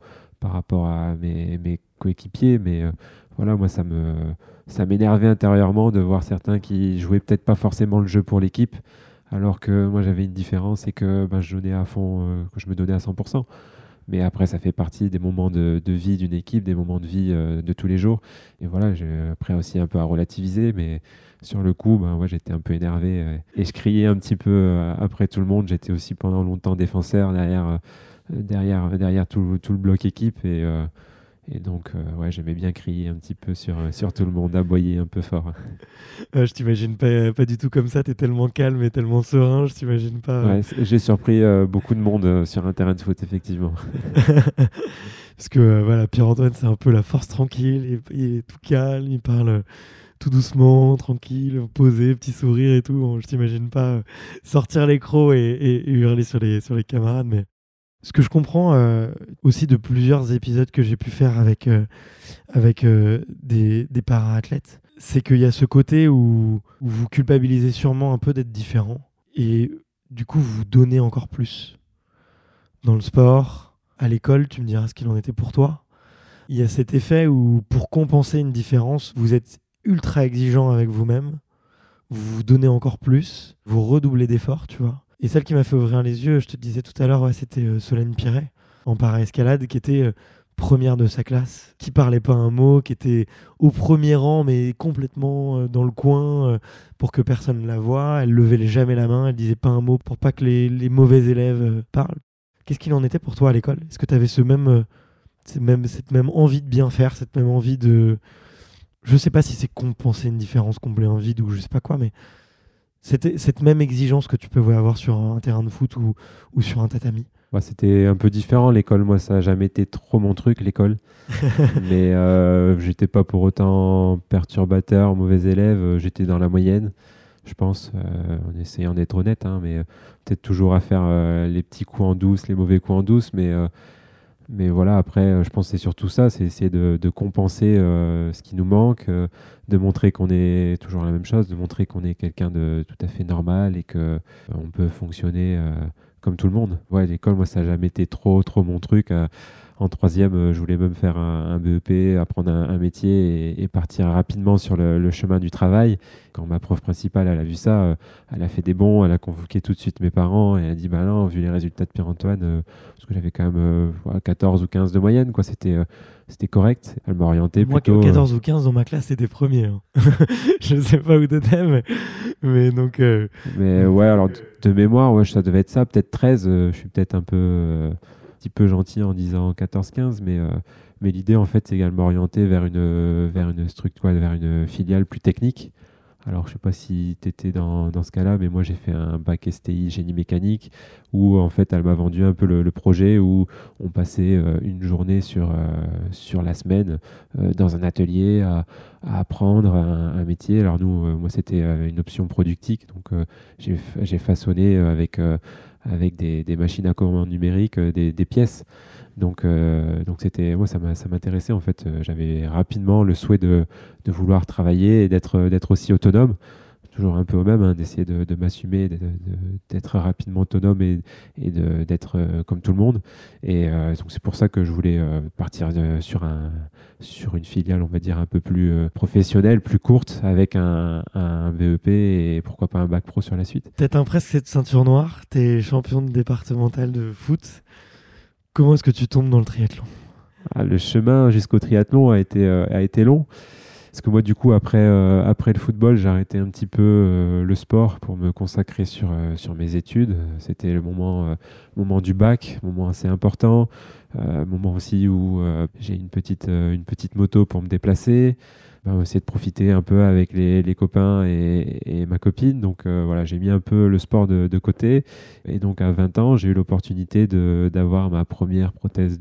à mes coéquipiers. Mais voilà, moi, ça m'énervait intérieurement de voir certains qui jouaient peut-être pas forcément le jeu pour l'équipe, alors que moi j'avais une différence et que je donnais à fond, que je me donnais à 100%. Mais après, ça fait partie des moments de vie d'une équipe, des moments de vie de tous les jours. Et voilà, j'ai après aussi un peu à relativiser, mais sur le coup, j'étais un peu énervé et je criais un petit peu après tout le monde. J'étais aussi pendant longtemps défenseur derrière tout le bloc équipe et donc, j'aimais bien crier un petit peu sur tout le monde, aboyer un peu fort. Je t'imagine pas du tout comme ça, t'es tellement calme et tellement serein, je t'imagine pas. Ouais, j'ai surpris beaucoup de monde sur un terrain de foot, effectivement. Parce que Pierre-Antoine, c'est un peu la force tranquille, il est tout calme, il parle tout doucement, tranquille, posé, petit sourire et tout. Je t'imagine pas sortir les crocs et hurler sur les camarades, mais Ce que je comprends aussi de plusieurs épisodes que j'ai pu faire avec des para-athlètes, c'est qu'il y a ce côté où vous culpabilisez sûrement un peu d'être différent et du coup vous donnez encore plus. Dans le sport, à l'école, tu me diras ce qu'il en était pour toi. Il y a cet effet où pour compenser une différence, vous êtes ultra exigeant avec vous-même, vous vous donnez encore plus, vous redoublez d'efforts, tu vois. Et celle qui m'a fait ouvrir les yeux, je te disais tout à l'heure, c'était Solène Piret en para-escalade qui était première de sa classe, qui parlait pas un mot, qui était au premier rang mais complètement dans le coin pour que personne ne la voie. Elle levait jamais la main, elle disait pas un mot pour pas que les mauvais élèves parlent. Qu'est-ce qu'il en était pour toi à l'école ? Est-ce que tu avais cette même envie de bien faire, cette même envie de... Je sais pas si c'est compenser une différence, combler un vide ou je sais pas quoi, mais c'était cette même exigence que tu peux avoir sur un terrain de foot ou sur un tatami. C'était un peu différent l'école. Moi, ça n'a jamais été trop mon truc, l'école. Mais j'étais pas pour autant perturbateur, mauvais élève. J'étais dans la moyenne, je pense, en essayant d'être honnête, mais peut-être toujours à faire les petits coups en douce, les mauvais coups en douce. Mais voilà, après, je pense que c'est surtout ça, c'est essayer de compenser ce qui nous manque, de montrer qu'on est toujours la même chose, de montrer qu'on est quelqu'un de tout à fait normal et qu'on peut fonctionner comme tout le monde. Ouais, l'école, moi, ça n'a jamais été trop mon truc. En troisième, je voulais même faire un BEP, apprendre un métier et partir rapidement sur le chemin du travail. Quand ma prof principale, elle a vu ça, elle a fait des bons, elle a convoqué tout de suite mes parents et elle a dit bah non, vu les résultats de Pierre-Antoine, parce que j'avais quand même 14 ou 15 de moyenne, quoi, c'était correct. Elle m'a orienté plutôt... Moi, 14 ou 15 dans ma classe, c'était premier. Hein. Je ne sais pas où t'étais, mais donc... Mais ouais, alors de mémoire, ouais, ça devait être ça, peut-être 13. Je suis peut-être un petit peu gentil en disant 14-15, mais l'idée, en fait, c'est également orienté vers une structure, vers une filiale plus technique. Alors, je ne sais pas si tu étais dans ce cas-là, mais moi, j'ai fait un bac STI génie mécanique où, en fait, elle m'a vendu un peu le projet où on passait une journée sur la semaine dans un atelier à apprendre un métier. Alors, nous, moi, c'était une option productique. Donc, j'ai façonné avec des machines à commande numérique des pièces. Donc c'était, moi, ça m'intéressait en fait. J'avais rapidement le souhait de vouloir travailler et d'être aussi autonome. Toujours un peu au même, d'essayer de m'assumer, d'être rapidement autonome et d'être comme tout le monde. Et donc c'est pour ça que je voulais partir sur une filiale, on va dire, un peu plus professionnelle, plus courte, avec un BEP et pourquoi pas un bac pro sur la suite. T'as presque cette ceinture noire, t'es champion départemental de foot. Comment est-ce que tu tombes dans le triathlon ? Le chemin jusqu'au triathlon a été long. Parce que moi, du coup, après le football, j'ai arrêté un petit peu le sport pour me consacrer sur mes études. C'était le moment du bac, moment assez important, moment aussi où j'ai une petite moto pour me déplacer. Essayer de profiter un peu avec les copains et ma copine. Donc voilà, j'ai mis un peu le sport de côté. Et donc à 20 ans, j'ai eu l'opportunité d'avoir ma première prothèse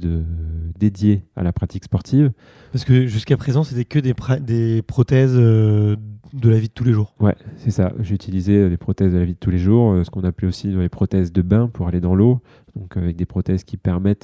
dédiée à la pratique sportive. Parce que jusqu'à présent, c'était que des prothèses de la vie de tous les jours. Ouais, c'est ça. J'ai utilisé des prothèses de la vie de tous les jours, ce qu'on appelait aussi les prothèses de bain pour aller dans l'eau. Donc avec des prothèses qui permettent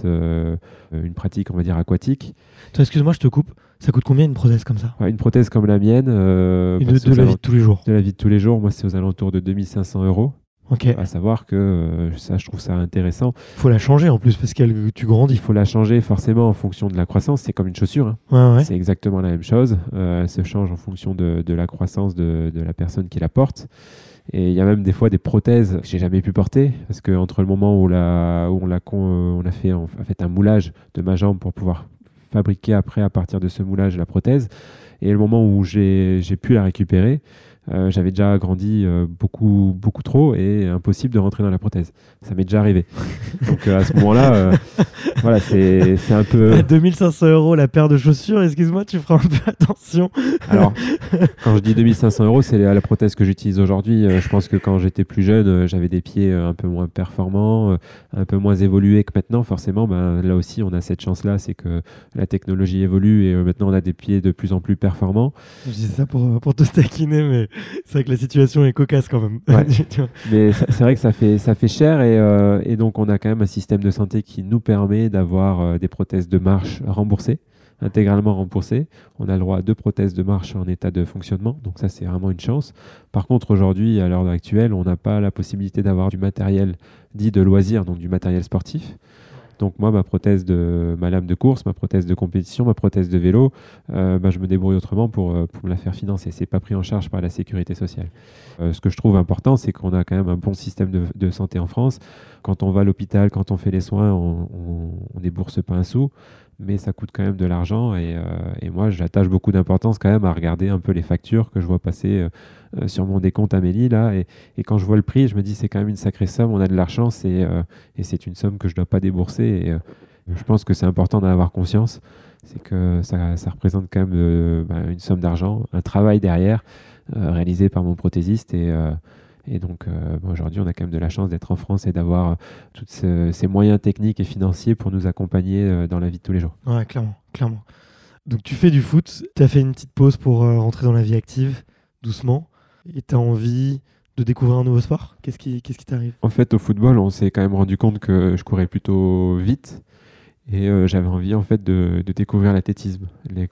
une pratique, on va dire, aquatique. Toi, excuse-moi, je te coupe. Ça coûte combien une prothèse comme ça ? Une prothèse comme la mienne. De la vie de tous les jours. De la vie de tous les jours, moi, c'est aux alentours de 2 500 €. Ok. À savoir que ça, je trouve ça intéressant. Il faut la changer en plus parce que tu grandis. Il faut la changer forcément en fonction de la croissance. C'est comme une chaussure. Ouais. C'est exactement la même chose. Elle se change en fonction de la croissance de la personne qui la porte. Et il y a même des fois des prothèses que j'ai jamais pu porter parce que entre le moment où on a fait un moulage de ma jambe pour pouvoir fabriquer après à partir de ce moulage la prothèse et le moment où j'ai pu la récupérer, j'avais déjà grandi beaucoup trop et impossible de rentrer dans la prothèse. Ça m'est déjà arrivé. Donc à ce moment-là, voilà, c'est un peu... À 2500 € la paire de chaussures, excuse-moi, tu feras un peu attention. Alors, quand je dis 2500 €, c'est la prothèse que j'utilise aujourd'hui. Je pense que quand j'étais plus jeune, j'avais des pieds un peu moins performants, un peu moins évolués que maintenant. Forcément, là aussi, on a cette chance-là, c'est que la technologie évolue et maintenant, on a des pieds de plus en plus performants. Je dis ça pour te taquiner, mais C'est vrai que la situation est cocasse quand même. Ouais. Mais c'est vrai que ça fait cher et donc on a quand même un système de santé qui nous permet d'avoir des prothèses de marche remboursées, intégralement remboursées. On a le droit à 2 prothèses de marche en état de fonctionnement, donc ça c'est vraiment une chance. Par contre aujourd'hui, à l'heure actuelle, on n'a pas la possibilité d'avoir du matériel dit de loisir, donc du matériel sportif. Donc moi, ma lame de course, ma prothèse de compétition, ma prothèse de vélo, je me débrouille autrement pour me la faire financer. C'est pas pris en charge par la sécurité sociale. Ce que je trouve important, c'est qu'on a quand même un bon système de santé en France. Quand on va à l'hôpital, quand on fait les soins, on débourse pas un sou, mais ça coûte quand même de l'argent. Et moi, j'attache beaucoup d'importance quand même à regarder un peu les factures que je vois passer sur mon décompte Amélie là. Et quand je vois le prix, je me dis c'est quand même une sacrée somme. On a de l'argent, et c'est une somme que je dois pas débourser. Et je pense que c'est important d'en avoir conscience. C'est que ça représente quand même une somme d'argent, un travail derrière réalisé par mon prothésiste. Et donc aujourd'hui, on a quand même de la chance d'être en France et d'avoir tous ces moyens techniques et financiers pour nous accompagner dans la vie de tous les jours. Ouais, clairement, clairement. Donc tu fais du foot, tu as fait une petite pause pour rentrer dans la vie active, doucement, et tu as envie de découvrir un nouveau sport. Qu'est-ce qui t'arrive ? En fait, au football, on s'est quand même rendu compte que je courais plutôt vite. Et j'avais envie en fait de découvrir l'athlétisme.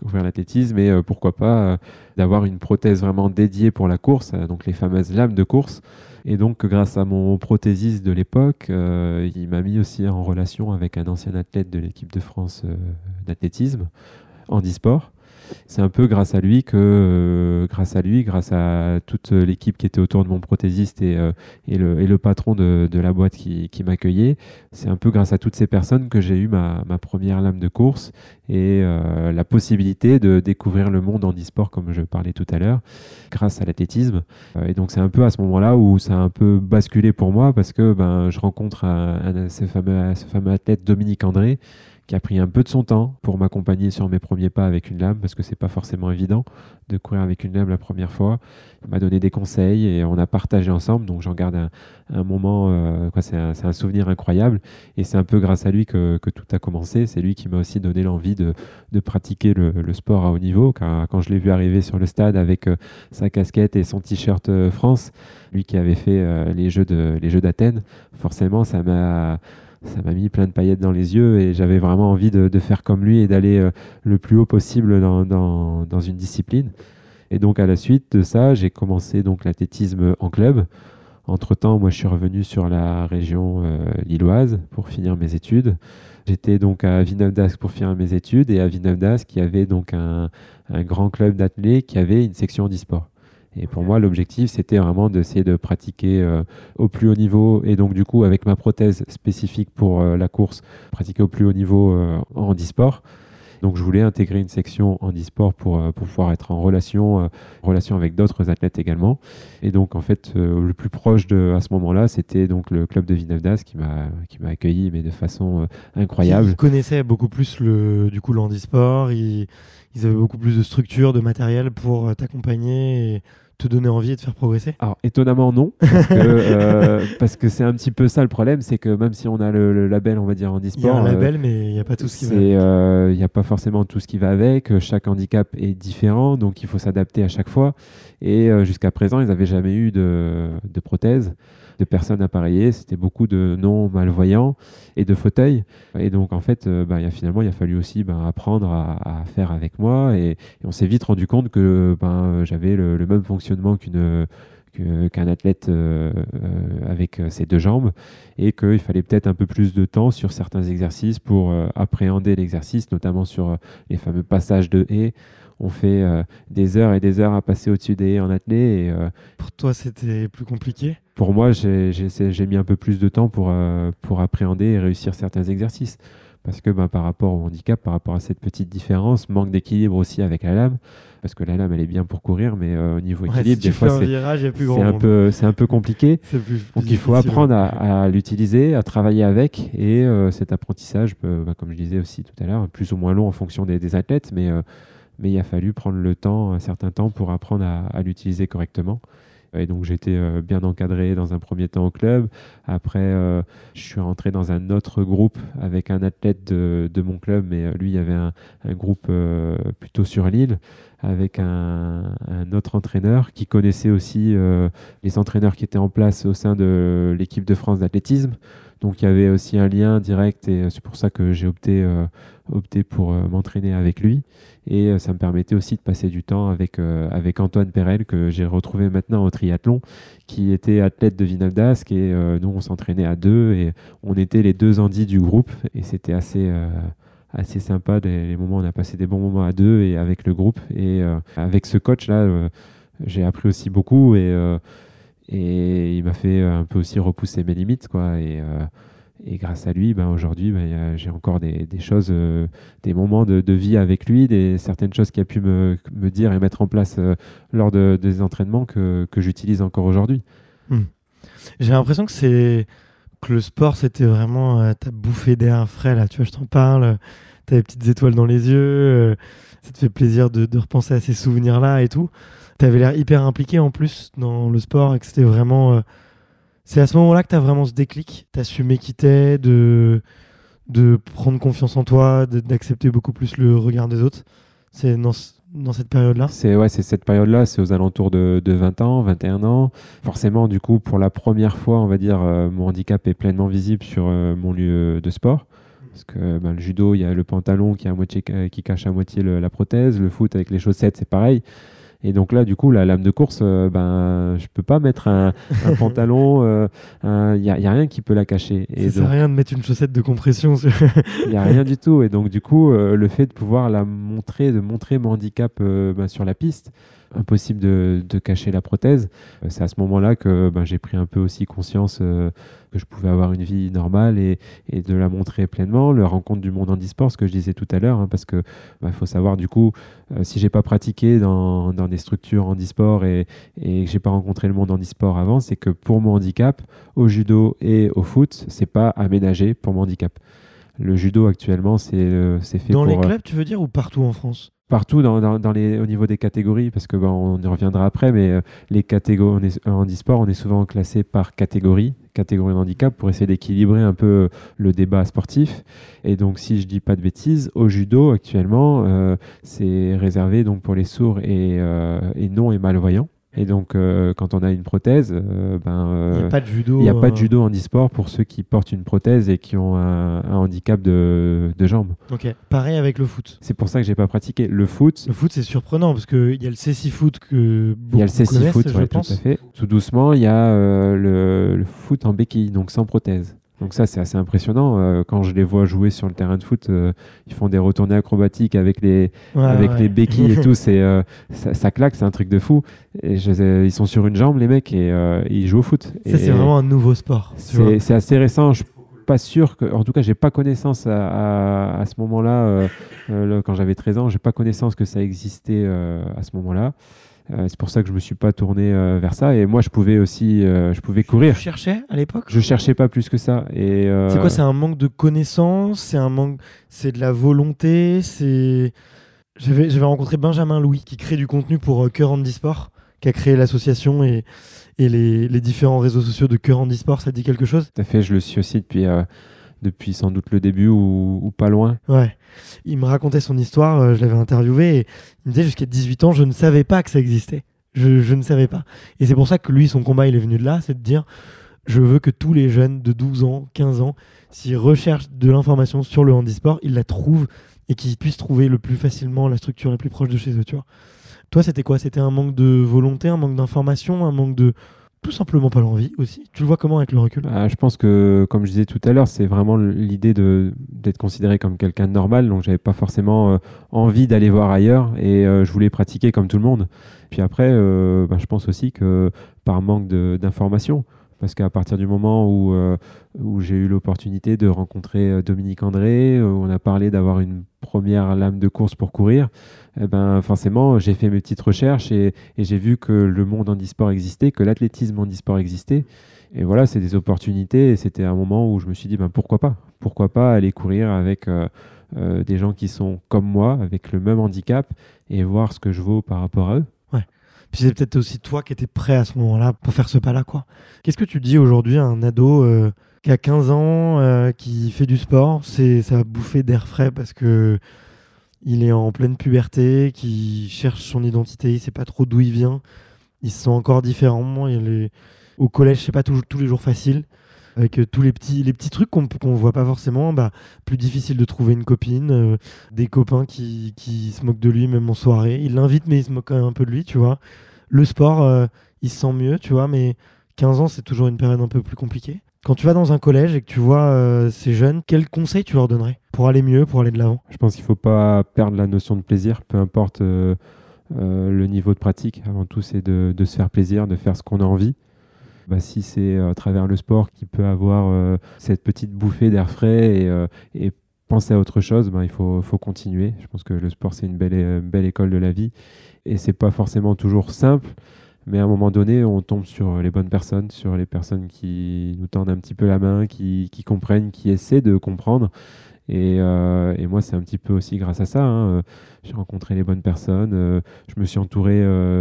Et pourquoi pas d'avoir une prothèse vraiment dédiée pour la course, donc les fameuses lames de course. Et donc grâce à mon prothésiste de l'époque, il m'a mis aussi en relation avec un ancien athlète de l'équipe de France d'athlétisme, handisport. C'est un peu grâce à lui, grâce à toute l'équipe qui était autour de mon prothésiste et le patron de la boîte qui m'accueillait, c'est un peu grâce à toutes ces personnes que j'ai eu ma première lame de course et la possibilité de découvrir le monde handisport comme je parlais tout à l'heure, grâce à l'athlétisme. Et donc c'est un peu à ce moment-là où ça a un peu basculé pour moi parce que je rencontre ce fameux athlète Dominique André, qui a pris un peu de son temps pour m'accompagner sur mes premiers pas avec une lame, parce que c'est pas forcément évident de courir avec une lame la première fois. Il m'a donné des conseils et on a partagé ensemble, donc j'en garde un moment, c'est un souvenir incroyable. Et c'est un peu grâce à lui que tout a commencé. C'est lui qui m'a aussi donné l'envie de pratiquer le sport à haut niveau, car quand je l'ai vu arriver sur le stade avec sa casquette et son t-shirt France, lui qui avait fait les Jeux d'Athènes, forcément ça m'a mis plein de paillettes dans les yeux et j'avais vraiment envie de faire comme lui et d'aller le plus haut possible dans une discipline. Et donc à la suite de ça, j'ai commencé donc l'athlétisme en club. Entre-temps, moi je suis revenu sur la région lilloise pour finir mes études. J'étais donc à Villeneuve-d'Ascq pour finir mes études et à Villeneuve-d'Ascq, il y avait donc un grand club d'athlètes qui avait une section handisport. Et pour moi, l'objectif, c'était vraiment d'essayer de pratiquer au plus haut niveau. Et donc, du coup, avec ma prothèse spécifique pour la course, pratiquer au plus haut niveau en handisport. Donc, je voulais intégrer une section handisport pour pouvoir être en relation avec d'autres athlètes également. Et donc, en fait, le plus proche à ce moment-là, c'était donc le club de Villeneuve-d'Ascq qui m'a accueilli, mais de façon incroyable. Ils connaissaient beaucoup plus le handisport. Ils avaient beaucoup plus de structure, de matériel pour t'accompagner et te donner envie et te faire progresser. Alors, étonnamment, non. Parce que c'est un petit peu ça le problème, c'est que même si on a le label, on va dire, handisport... Il y a un label, mais il n'y a pas tout ce qui va avec. Il n'y a pas forcément tout ce qui va avec. Chaque handicap est différent, donc il faut s'adapter à chaque fois. Et jusqu'à présent, ils n'avaient jamais eu de prothèse, de personnes appareillées. C'était beaucoup de non-malvoyants et de fauteuils. Et donc, en fait, il a fallu aussi apprendre à faire avec moi. Et on s'est vite rendu compte que j'avais le même fonctionnement qu'un athlète avec ses 2 jambes et qu'il fallait peut-être un peu plus de temps sur certains exercices pour appréhender l'exercice, notamment sur les fameux passages de haies. On fait des heures et des heures à passer au-dessus des haies en athlée. Pour toi, c'était plus compliqué ? Pour moi, j'ai mis un peu plus de temps pour appréhender et réussir certains exercices. Parce que par rapport au handicap, par rapport à cette petite différence, manque d'équilibre aussi avec la lame, parce que la lame elle est bien pour courir, mais au niveau équilibre, si des fois c'est un peu compliqué. Donc il faut apprendre à l'utiliser, à travailler avec, et cet apprentissage, comme je disais aussi tout à l'heure, plus ou moins long en fonction des athlètes, mais il a fallu prendre un certain temps pour apprendre à l'utiliser correctement. Et donc j'étais bien encadré dans un premier temps au club. Après, je suis rentré dans un autre groupe avec un athlète de mon club, mais lui, il y avait un groupe plutôt sur Lille, avec un autre entraîneur qui connaissait aussi les entraîneurs qui étaient en place au sein de l'équipe de France d'athlétisme. Donc il y avait aussi un lien direct et c'est pour ça que j'ai opté pour m'entraîner avec lui. Et ça me permettait aussi de passer du temps avec Antoine Perel, que j'ai retrouvé maintenant au triathlon, qui était athlète de Vinaldas. Et nous, on s'entraînait à deux et on était les deux Andis du groupe. Et c'était assez sympa, les moments, on a passé des bons moments à deux et avec le groupe. Et avec ce coach-là, j'ai appris aussi beaucoup et il m'a fait un peu aussi repousser mes limites, quoi. Et grâce à lui, aujourd'hui, j'ai encore des choses, des moments de vie avec lui, certaines choses qu'il a pu me dire et mettre en place lors des entraînements que j'utilise encore aujourd'hui. J'ai l'impression que le sport, c'était vraiment ta bouffée d'air frais, là. Tu vois, je t'en parle, t'as des petites étoiles dans les yeux, ça te fait plaisir de repenser à ces souvenirs-là et tout. T'avais l'air hyper impliqué en plus dans le sport et que c'était vraiment... C'est à ce moment-là que t'as vraiment ce déclic, t'assumais qui t'es, de prendre confiance en toi, d'accepter beaucoup plus le regard des autres. C'est dans cette période-là? C'est cette période-là, c'est aux alentours de 20 ans, 21 ans. Forcément, du coup, pour la première fois, on va dire, mon handicap est pleinement visible sur mon lieu de sport. Parce que le judo, il y a le pantalon qui cache à moitié la prothèse. Le foot avec les chaussettes, c'est pareil. Et donc là, du coup, la lame de course, je peux pas mettre un pantalon, il y a rien qui peut la cacher. Ça sert à rien de mettre une chaussette de compression. Il y a rien du tout. Et donc, du coup, le fait de pouvoir de montrer mon handicap sur la piste, impossible de cacher la prothèse. C'est à ce moment-là que j'ai pris un peu aussi conscience que je pouvais avoir une vie normale et de la montrer pleinement. La rencontre du monde handisport, ce que je disais tout à l'heure, parce que faut savoir, du coup, si j'ai pas pratiqué dans des structures handisport et que j'ai pas rencontré le monde handisport avant, c'est que pour mon handicap, au judo et au foot, c'est pas aménagé pour mon handicap. Le judo actuellement, c'est fait dans pour... les clubs, tu veux dire, ou partout en France? Partout au niveau des catégories, parce que on y reviendra après, mais les catégories en handisport, on est souvent classé par catégorie de handicap pour essayer d'équilibrer un peu le débat sportif. Et donc, si je dis pas de bêtises, au judo actuellement, c'est réservé donc pour les sourds et non et malvoyants. Et donc, quand on a une prothèse, il n'y a pas de judo. Il n'y a pas de judo handisport pour ceux qui portent une prothèse et qui ont un handicap de jambes. Ok, pareil avec le foot. C'est pour ça que je n'ai pas pratiqué. Le foot, c'est surprenant parce qu'il y a le cécifoot que beaucoup connaissent. Il y a le cécifoot, je pense. Tout à fait. Tout doucement, il y a le foot en béquille, donc sans prothèse. Donc ça, c'est assez impressionnant. Quand je les vois jouer sur le terrain de foot, ils font des retournées acrobatiques avec les béquilles et tout. Ça claque, c'est un truc de fou. Et ils sont sur une jambe, les mecs, et ils jouent au foot. Ça, c'est vraiment un nouveau sport. C'est assez récent. Je suis pas sûr que... En tout cas, j'ai pas connaissance à ce moment-là. Quand j'avais 13 ans, j'ai pas connaissance que ça existait à ce moment-là. C'est pour ça que je me suis pas tourné vers ça. Et moi, je pouvais courir. Tu cherchais à l'époque? Je cherchais pas plus que ça. Et c'est quoi? C'est un manque de connaissances? C'est de la volonté? J'avais rencontré Benjamin Louis qui crée du contenu pour Cœur Handisport, qui a créé l'association et les différents réseaux sociaux de Cœur Handisport. Ça te dit quelque chose? Tout à fait. Je le suis aussi depuis sans doute le début ou pas loin. Ouais. Il me racontait son histoire, je l'avais interviewé et il me disait jusqu'à 18 ans, je ne savais pas que ça existait. Je ne savais pas. Et c'est pour ça que lui, son combat, il est venu de là, c'est de dire, je veux que tous les jeunes de 12 ans, 15 ans, s'ils recherchent de l'information sur le handisport, ils la trouvent et qu'ils puissent trouver le plus facilement la structure la plus proche de chez eux, tu vois. Toi, c'était quoi? C'était un manque de volonté, un manque d'information, un manque de... Tout simplement pas l'envie aussi. Tu le vois comment avec le recul? Je pense que, comme je disais tout à l'heure, c'est vraiment l'idée d'être considéré comme quelqu'un de normal. Donc, j'avais pas forcément envie d'aller voir ailleurs et je voulais pratiquer comme tout le monde. Puis après, je pense aussi que par manque d'information, parce qu'à partir du moment où j'ai eu l'opportunité de rencontrer Dominique André, où on a parlé d'avoir une première lame de course pour courir, forcément, j'ai fait mes petites recherches et j'ai vu que le monde handisport existait, que l'athlétisme handisport existait. Et voilà, c'est des opportunités et c'était un moment où je me suis dit, pourquoi pas? Pourquoi pas aller courir avec des gens qui sont comme moi, avec le même handicap et voir ce que je vaux par rapport à eux. Puis c'est peut-être aussi toi qui étais prêt à ce moment-là pour faire ce pas-là, quoi. Qu'est-ce que tu dis aujourd'hui à un ado qui a 15 ans, qui fait du sport, ça va bouffer d'air frais parce que il est en pleine puberté, qui cherche son identité, il sait pas trop d'où il vient, il se sent encore différent, au collège c'est pas tous les jours facile, avec tous les petits trucs qu'on voit pas forcément, plus difficile de trouver une copine, des copains qui se moquent de lui même en soirée, il l'invite mais il se moque quand même un peu de lui, tu vois. Le sport, il se sent mieux, tu vois, mais 15 ans c'est toujours une période un peu plus compliquée. Quand tu vas dans un collège et que tu vois ces jeunes, quels conseils tu leur donnerais pour aller mieux, pour aller de l'avant? Je pense qu'il ne faut pas perdre la notion de plaisir, peu importe le niveau de pratique. Avant tout, c'est de se faire plaisir, de faire ce qu'on a envie. Si c'est à travers le sport qu'il peut avoir cette petite bouffée d'air frais et penser à autre chose, il faut continuer. Je pense que le sport, c'est une belle école de la vie. Et ce n'est pas forcément toujours simple. Mais à un moment donné, on tombe sur les bonnes personnes, sur les personnes qui nous tendent un petit peu la main, qui comprennent, qui essaient de comprendre. Et moi, c'est un petit peu aussi grâce à ça. J'ai rencontré les bonnes personnes. Je me suis entouré.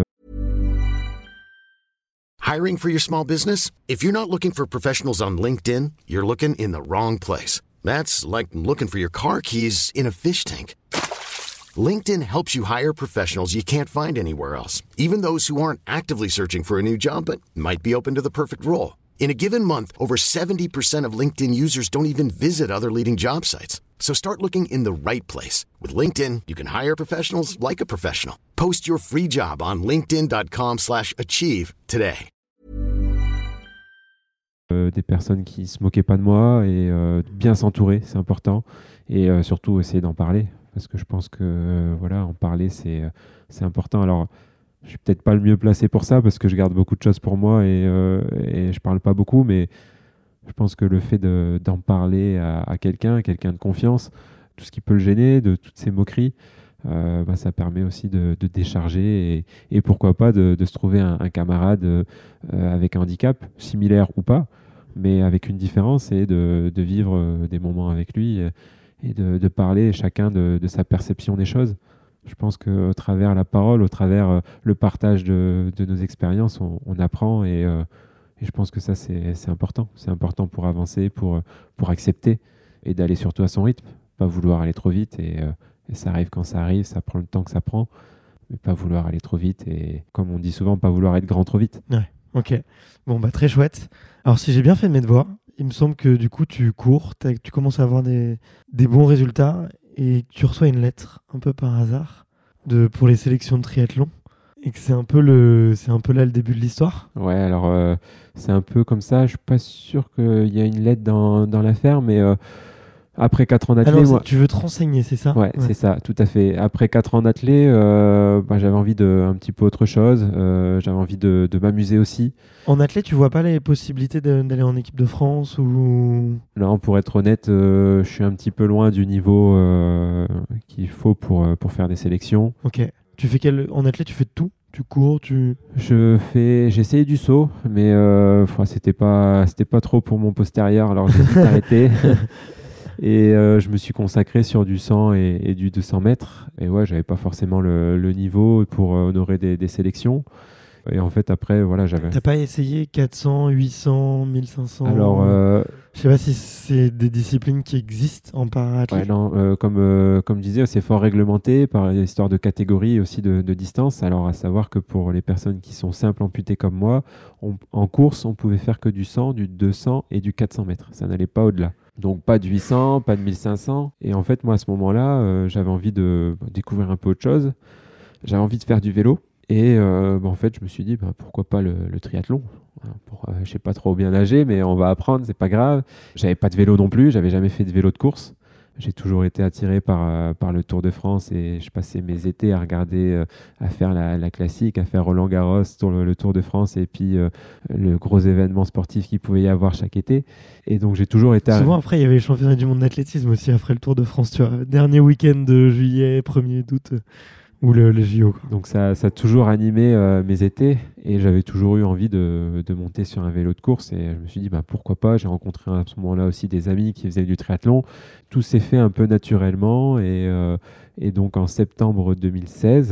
Hiring for your small business? If you're not looking for professionals on LinkedIn, you're looking in the wrong place. That's like looking for your car keys in a fish tank. LinkedIn helps you hire professionals you can't find anywhere else, even those who aren't actively searching for a new job but might be open to the perfect role. In a given month, over 70% of LinkedIn users don't even visit other leading job sites. So start looking in the right place. With LinkedIn, you can hire professionals like a professional. Post your free job on linkedin.com/achieve today. Des personnes qui se moquaient pas de moi et bien s'entourer, c'est important. Et surtout essayer d'en parler. Parce que je pense que en parler, c'est important. Alors, je suis peut-être pas le mieux placé pour ça parce que je garde beaucoup de choses pour moi et je parle pas beaucoup. Mais je pense que le fait d'en parler à quelqu'un de confiance, tout ce qui peut le gêner, de toutes ces moqueries, ça permet aussi de décharger et pourquoi pas de se trouver un camarade avec un handicap, similaire ou pas, mais avec une différence et de vivre des moments avec lui. Et de parler chacun de sa perception des choses. Je pense qu'au travers la parole, au travers le partage de nos expériences, on apprend et je pense que ça, c'est important. C'est important pour avancer, pour accepter et d'aller surtout à son rythme. Pas vouloir aller trop vite et ça arrive quand ça arrive, ça prend le temps que ça prend, mais pas vouloir aller trop vite et, comme on dit souvent, pas vouloir être grand trop vite. Ouais, ok. Bon, très chouette. Alors, si j'ai bien fait de mes devoirs, il me semble que du coup, tu cours, tu commences à avoir des bons résultats et tu reçois une lettre, un peu par hasard, pour les sélections de triathlon. Et que c'est un peu là le début de l'histoire. Ouais, alors c'est un peu comme ça. Je suis pas sûr qu'il y a une lettre dans l'affaire, mais après 4 ans d'athlée... Alors, tu veux te renseigner, c'est ça? Ouais, c'est ça, tout à fait. Après 4 ans d'athlée, j'avais envie de un petit peu autre chose. J'avais envie de m'amuser aussi. En athlée, tu vois pas les possibilités d'aller en équipe de France ou... Non, pour être honnête, je suis un petit peu loin du niveau qu'il faut pour faire des sélections. Ok. Tu fais en athlée, tu fais de tout? Tu cours, J'ai essayé du saut, mais c'était pas trop pour mon postérieur, alors j'ai vite arrêté. Et je me suis consacré sur du 100 et du 200 mètres. Et ouais, j'avais pas forcément le niveau pour honorer des sélections. Et en fait, après, j'avais... T'as pas essayé 400, 800, 1500? Alors... je sais pas si c'est des disciplines qui existent en para-athlée. Ouais, non, comme je disais, c'est fort réglementé par l'histoire de catégorie et aussi de distance. Alors, à savoir que pour les personnes qui sont simples amputées comme moi, en course, on pouvait faire que du 100, du 200 et du 400 mètres. Ça n'allait pas au-delà. Donc pas de 800, pas de 1500. Et en fait, moi, à ce moment-là, j'avais envie de découvrir un peu autre chose. J'avais envie de faire du vélo. Et en fait, je me suis dit, pourquoi pas le triathlon? Je sais pas trop bien nager, mais on va apprendre, c'est pas grave. J'avais pas de vélo non plus, j'avais jamais fait de vélo de course. J'ai toujours été attiré par le Tour de France et je passais mes étés à regarder, à faire la classique, à faire Roland-Garros, le Tour de France et puis le gros événement sportif qu'il pouvait y avoir chaque été. Et donc j'ai toujours été... Souvent après, il y avait les championnats du monde d'athlétisme aussi après le Tour de France, tu vois. Dernier week-end de juillet, 1er d'août... ou le JO. Donc ça a toujours animé mes étés et j'avais toujours eu envie de monter sur un vélo de course et je me suis dit pourquoi pas. J'ai rencontré à ce moment-là aussi des amis qui faisaient du triathlon. Tout s'est fait un peu naturellement et donc en septembre 2016,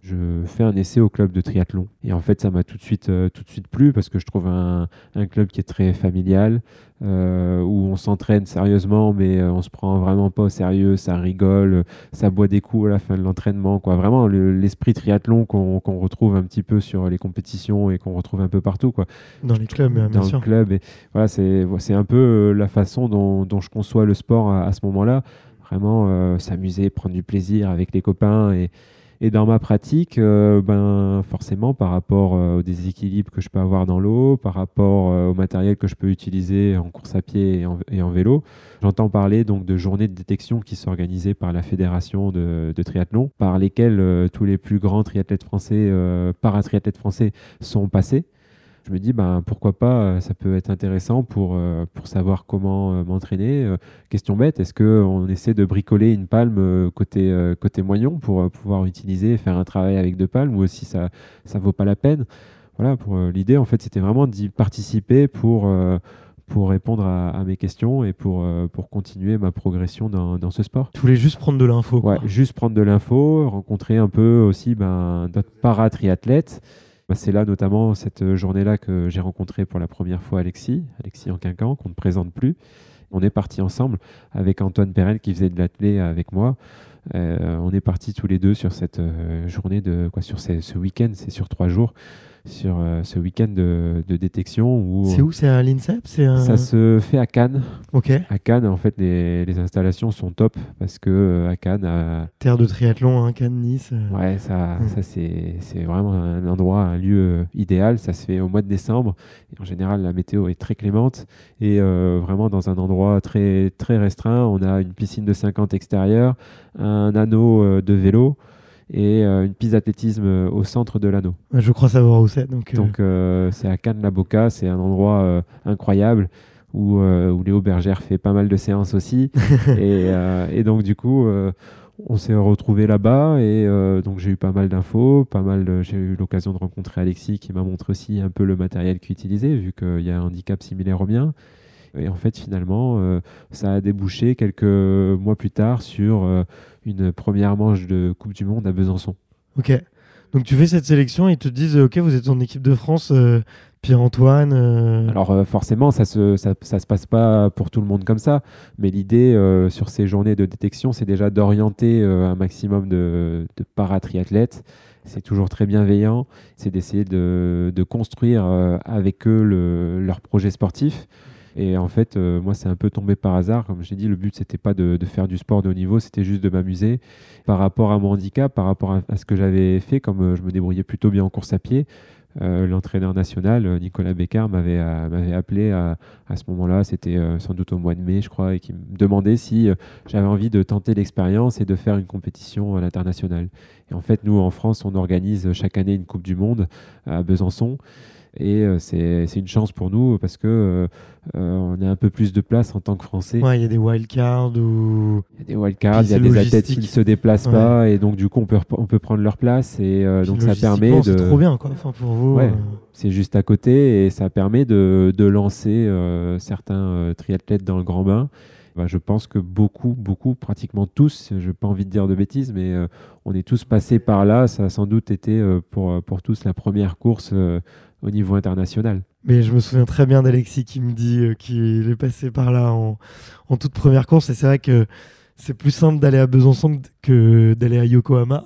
je fais un essai au club de triathlon. Et en fait, ça m'a tout de suite plu parce que je trouve un club qui est très familial, où on s'entraîne sérieusement, mais on se prend vraiment pas au sérieux, ça rigole, ça boit des coups à la fin de l'entraînement, quoi. Vraiment, l'esprit triathlon qu'on retrouve un petit peu sur les compétitions et qu'on retrouve un peu partout, quoi. Dans les clubs, bien sûr. Dans le club. Et voilà, c'est un peu la façon dont je conçois le sport à ce moment-là. Vraiment s'amuser, prendre du plaisir avec les copains. Et dans ma pratique, forcément, par rapport au déséquilibre que je peux avoir dans l'eau, par rapport au matériel que je peux utiliser en course à pied et en vélo, j'entends parler donc de journées de détection qui sont organisées par la fédération de triathlon, par lesquelles tous les plus grands triathlètes français, paratriathlètes français sont passés. Je me dis, pourquoi pas, ça peut être intéressant pour savoir comment m'entraîner. Question bête, est-ce qu'on essaie de bricoler une palme côté moignon pour pouvoir utiliser et faire un travail avec 2 palmes, ou aussi ça vaut pas la peine? Voilà, l'idée, en fait, c'était vraiment d'y participer pour répondre à mes questions et pour continuer ma progression dans ce sport. Tu voulais juste prendre de l'info, quoi. Ouais, juste prendre de l'info, rencontrer un peu aussi d'autres paratriathlètes. C'est là, notamment, cette journée-là que j'ai rencontré pour la première fois Alexis Anquincan, qu'on ne présente plus. On est partis ensemble avec Antoine Perel qui faisait de l'athlé avec moi. On est partis tous les deux sur cette journée, sur ce week-end, c'est sur 3 jours, sur ce week-end de détection. C'est où? C'est à l'INSEP? Ça se fait à Cannes. Ok. À Cannes, en fait, les installations sont top parce que à Cannes... Terre de triathlon, Cannes, Nice. Ouais, ça c'est vraiment un endroit, un lieu idéal. Ça se fait au mois de décembre. Et en général, la météo est très clémente. Et vraiment dans un endroit très, très restreint. On a une piscine de 50 extérieure, un anneau de vélo et une piste d'athlétisme au centre de l'anneau. Je crois savoir où c'est. Donc c'est à Cannes-la-Boca, c'est un endroit incroyable où Léo Bergère fait pas mal de séances aussi. et donc du coup, on s'est retrouvés là-bas et donc j'ai eu pas mal d'infos, j'ai eu l'occasion de rencontrer Alexis qui m'a montré aussi un peu le matériel qu'il utilisait vu qu'il y a un handicap similaire au mien. Et en fait, finalement, ça a débouché quelques mois plus tard sur une première manche de Coupe du Monde à Besançon. Ok. Donc tu fais cette sélection et ils te disent ok, vous êtes en équipe de France, Pierre-Antoine. Alors forcément, ça se passe pas pour tout le monde comme ça, mais l'idée sur ces journées de détection, c'est déjà d'orienter un maximum de paratriathlètes. C'est toujours très bienveillant, c'est d'essayer de construire avec eux leur projet sportif. Et en fait, moi, c'est un peu tombé par hasard. Comme j'ai dit, le but, c'était pas de faire du sport de haut niveau, c'était juste de m'amuser. Par rapport à mon handicap, par rapport à ce que j'avais fait, comme je me débrouillais plutôt bien en course à pied, l'entraîneur national, Nicolas Bécard, m'avait appelé à ce moment-là, c'était sans doute au mois de mai, je crois, et qui me demandait si j'avais envie de tenter l'expérience et de faire une compétition à l'international. Et en fait, nous, en France, on organise chaque année une Coupe du Monde à Besançon. Et c'est une chance pour nous parce que on a un peu plus de place en tant que Français. Ouais, il y a des wildcards ou... Il y a des wildcards, il y a des athlètes qui ne se déplacent pas et donc du coup on peut prendre leur place et donc ça permet de... C'est trop bien quoi, enfin, pour vous. Ouais, c'est juste à côté et ça permet de lancer certains triathlètes dans le grand bain. Je pense que beaucoup, pratiquement tous, je n'ai pas envie de dire de bêtises, mais on est tous passés par là. Ça a sans doute été pour tous la première course au niveau international. Mais je me souviens très bien d'Alexis qui me dit qu'il est passé par là en toute première course. Et c'est vrai que c'est plus simple d'aller à Besançon que d'aller à Yokohama.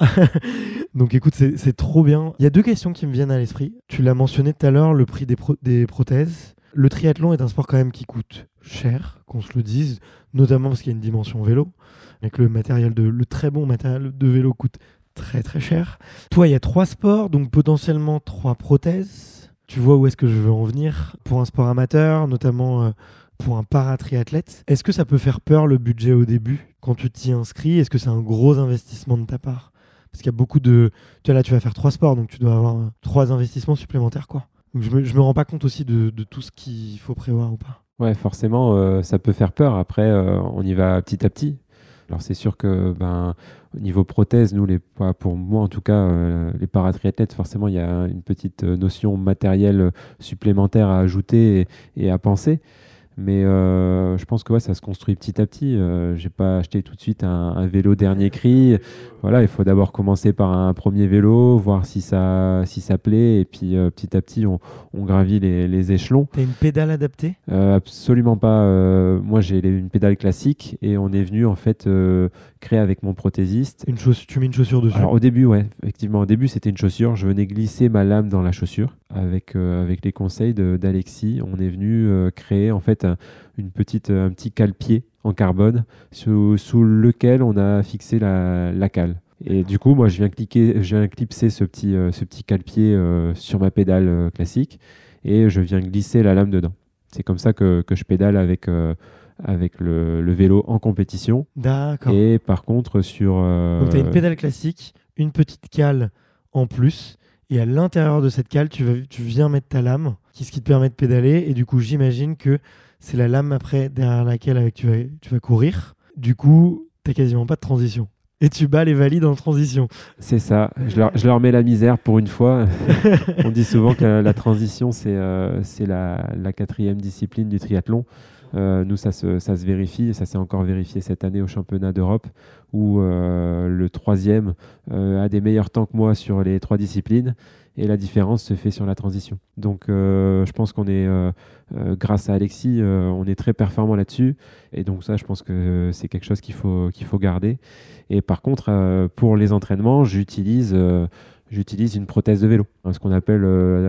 Donc écoute, c'est trop bien. Il y a 2 questions qui me viennent à l'esprit. Tu l'as mentionné tout à l'heure, le prix des prothèses. Le triathlon est un sport quand même qui coûte cher, qu'on se le dise, notamment parce qu'il y a une dimension vélo. Avec le très bon matériel de vélo coûte très très cher. Toi, il y a 3 sports, donc potentiellement 3 prothèses. Tu vois où est-ce que je veux en venir. Pour un sport amateur, notamment pour un paratriathlète, est-ce que ça peut faire peur le budget au début quand tu t'y inscris? Est-ce que c'est un gros investissement de ta part? Parce qu'il y a beaucoup de... Tu vois, là, tu vas faire 3 sports, donc tu dois avoir 3 investissements supplémentaires, quoi. Donc je me rends pas compte aussi de tout ce qu'il faut prévoir ou pas. Ouais, forcément, ça peut faire peur. Après, on y va petit à petit. Alors c'est sûr que au niveau prothèse, nous, pour moi en tout cas, les paratriathlètes, forcément, il y a une petite notion matérielle supplémentaire à ajouter et à penser. Mais je pense que ça se construit petit à petit. J'ai pas acheté tout de suite un vélo dernier cri. Voilà, il faut d'abord commencer par un premier vélo, voir si ça plaît, et puis petit à petit, on gravit les échelons. T'as une pédale adaptée ? Absolument pas. Moi, j'ai une pédale classique et on est venu en fait créer avec mon prothésiste. Tu mets une chaussure dessus ? Alors au début, ouais, effectivement, au début c'était une chaussure. Je venais glisser ma lame dans la chaussure avec les conseils d'Alexis. On est venu créer en fait un petit cale-pied en carbone sous lequel on a fixé la cale. Et du coup, moi, je viens clipser ce petit cale-pied sur ma pédale classique et je viens glisser la lame dedans. C'est comme ça que je pédale avec le vélo en compétition. D'accord. Et par contre, donc, tu as une pédale classique, une petite cale en plus, et à l'intérieur de cette cale, tu viens mettre ta lame, ce qui te permet de pédaler. Et du coup, j'imagine que c'est la lame après derrière laquelle tu vas courir. Du coup, tu n'as quasiment pas de transition. Et tu bats les valides en transition. C'est ça. Je leur mets la misère pour une fois. On dit souvent que la transition, c'est la quatrième discipline du triathlon. Nous, ça se vérifie, et ça s'est encore vérifié cette année au championnat d'Europe, où le troisième a des meilleurs temps que moi sur les 3 disciplines, et la différence se fait sur la transition. Donc, je pense qu'on est, grâce à Alexis, on est très performant là-dessus, et donc ça, je pense que c'est quelque chose qu'il faut garder. Et par contre, pour les entraînements, j'utilise une prothèse de vélo, ce qu'on appelle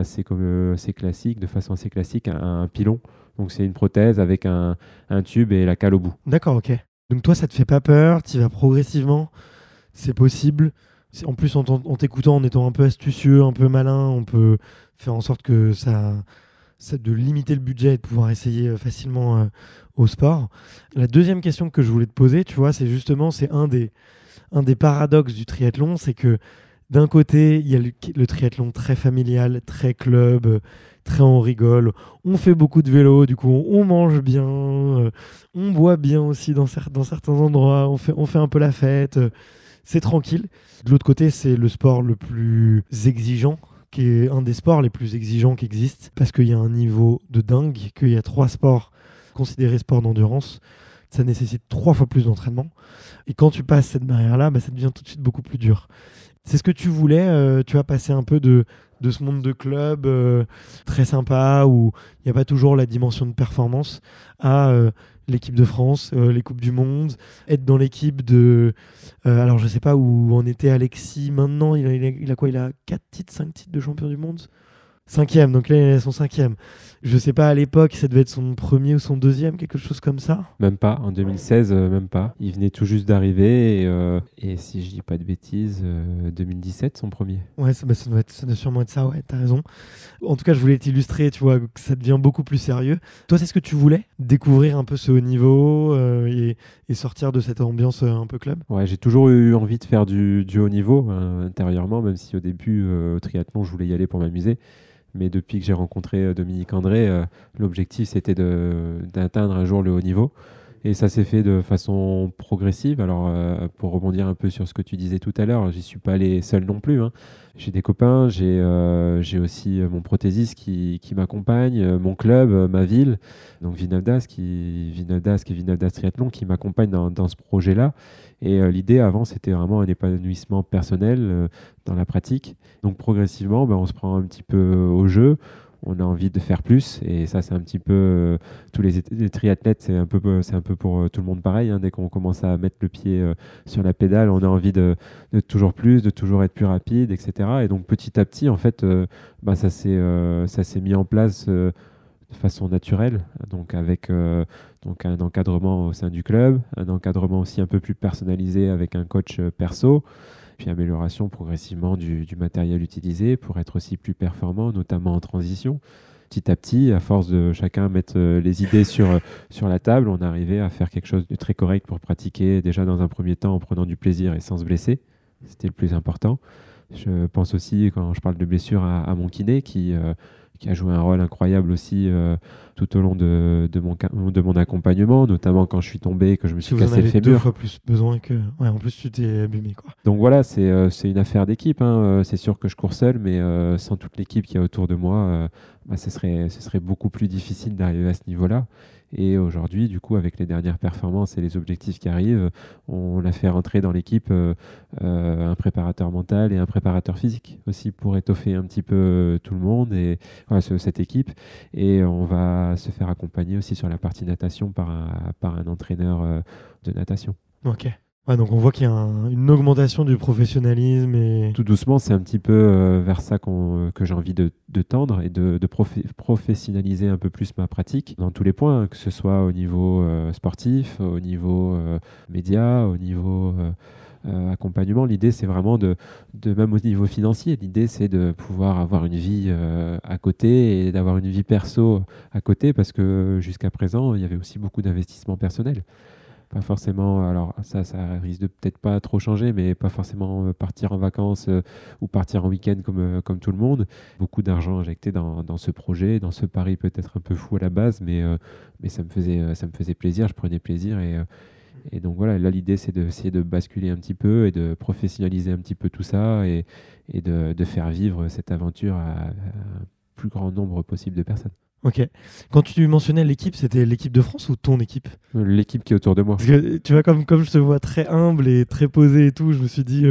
assez classique, de façon assez classique, un pilon. Donc c'est une prothèse avec un tube et la cale au bout. D'accord, ok. Donc toi, ça te fait pas peur, tu y vas progressivement, c'est possible. En plus, en t'écoutant, en étant un peu astucieux, un peu malin, on peut faire en sorte que ça de limiter le budget et de pouvoir essayer facilement au sport. La deuxième question que je voulais te poser, tu vois, c'est un des paradoxes du triathlon, c'est que d'un côté, il y a le triathlon très familial, très club, très on rigole, on fait beaucoup de vélo, du coup on mange bien, on boit bien aussi dans certains endroits, on fait un peu la fête, c'est tranquille. De l'autre côté, c'est le sport le plus exigeant, qui est un des sports les plus exigeants qui existent, parce qu'il y a un niveau de dingue, qu'il y a 3 sports considérés sports d'endurance, ça nécessite 3 fois plus d'entraînement. Et quand tu passes cette barrière-là, ça devient tout de suite beaucoup plus dur. C'est ce que tu voulais, tu vas passer un peu de ce monde de club très sympa, où il n'y a pas toujours la dimension de performance, à l'équipe de France, les Coupes du Monde, être dans l'équipe de... alors je ne sais pas où en était Alexis maintenant, il a quoi ? Il a 4 titres, 5 titres de champion du monde ? 5e, donc là il a son 5e. Je sais pas, à l'époque, ça devait être son premier ou son 2e, quelque chose comme ça. Même pas, en 2016, même pas. Il venait tout juste d'arriver et si je dis pas de bêtises, 2017, son premier. Ouais, ça doit sûrement être ça, ouais, t'as raison. En tout cas, je voulais t'illustrer, tu vois, que ça devient beaucoup plus sérieux. Toi, c'est ce que tu voulais ? Découvrir un peu ce haut niveau et sortir de cette ambiance un peu club ? Ouais, j'ai toujours eu envie de faire du haut niveau intérieurement, même si au début, au triathlon, je voulais y aller pour m'amuser. Mais depuis que j'ai rencontré Dominique André, l'objectif c'était d'atteindre un jour le haut niveau. Et ça s'est fait de façon progressive. Alors, pour rebondir un peu sur ce que tu disais tout à l'heure, j'y suis pas allé seul non plus, hein. J'ai des copains, j'ai aussi mon prothésiste qui m'accompagne, mon club, ma ville, donc Vinavdas et Vinavdas Triathlon qui m'accompagnent dans ce projet-là. Et l'idée avant, c'était vraiment un épanouissement personnel dans la pratique. Donc progressivement, on se prend un petit peu au jeu. On a envie de faire plus, et ça c'est un petit peu tous les triathlètes, c'est un peu pour tout le monde pareil, hein. Dès qu'on commence à mettre le pied sur la pédale, on a envie de toujours plus, de toujours être plus rapide, etc. Et donc petit à petit, en fait, ça s'est mis en place de façon naturelle, donc avec un encadrement au sein du club, un encadrement aussi un peu plus personnalisé avec un coach perso, puis amélioration progressivement du matériel utilisé pour être aussi plus performant, notamment en transition. Petit à petit, à force de chacun mettre les idées sur la table, on arrivait à faire quelque chose de très correct pour pratiquer déjà dans un premier temps en prenant du plaisir et sans se blesser. C'était le plus important. Je pense aussi, quand je parle de blessure, à mon kiné qui a joué un rôle incroyable aussi tout au long de mon accompagnement, notamment quand je suis tombé et que je me suis cassé le fémur. Vous en avez 2 fois plus besoin que... Ouais, en plus, tu t'es abîmé, quoi. Donc voilà, c'est une affaire d'équipe, hein. C'est sûr que je cours seul, mais sans toute l'équipe qui est autour de moi, ce serait beaucoup plus difficile d'arriver à ce niveau-là. Et aujourd'hui, du coup, avec les dernières performances et les objectifs qui arrivent, on a fait rentrer dans l'équipe un préparateur mental et un préparateur physique aussi pour étoffer un petit peu tout le monde et cette équipe. Et on va se faire accompagner aussi sur la partie natation par un entraîneur de natation. Ok. Ouais, donc on voit qu'il y a une augmentation du professionnalisme et... Tout doucement, c'est un petit peu vers ça que j'ai envie de tendre et de professionnaliser un peu plus ma pratique dans tous les points, que ce soit au niveau sportif, au niveau média, au niveau accompagnement. L'idée, c'est vraiment de même au niveau financier, l'idée, c'est de pouvoir avoir une vie à côté et d'avoir une vie perso à côté parce que jusqu'à présent, il y avait aussi beaucoup d'investissements personnels. Pas forcément, alors ça risque de peut-être pas trop changer, mais pas forcément partir en vacances ou partir en week-end comme tout le monde. Beaucoup d'argent injecté dans ce projet, dans ce pari peut-être un peu fou à la base, mais ça me faisait plaisir, je prenais plaisir. Et donc voilà, là l'idée c'est d'essayer de basculer un petit peu et de professionnaliser un petit peu tout ça et de faire vivre cette aventure à un plus grand nombre possible de personnes. Ok. Quand tu mentionnais l'équipe, c'était l'équipe de France ou ton équipe ? L'équipe qui est autour de moi. Parce que tu vois, comme je te vois très humble et très posé et tout, je me suis dit,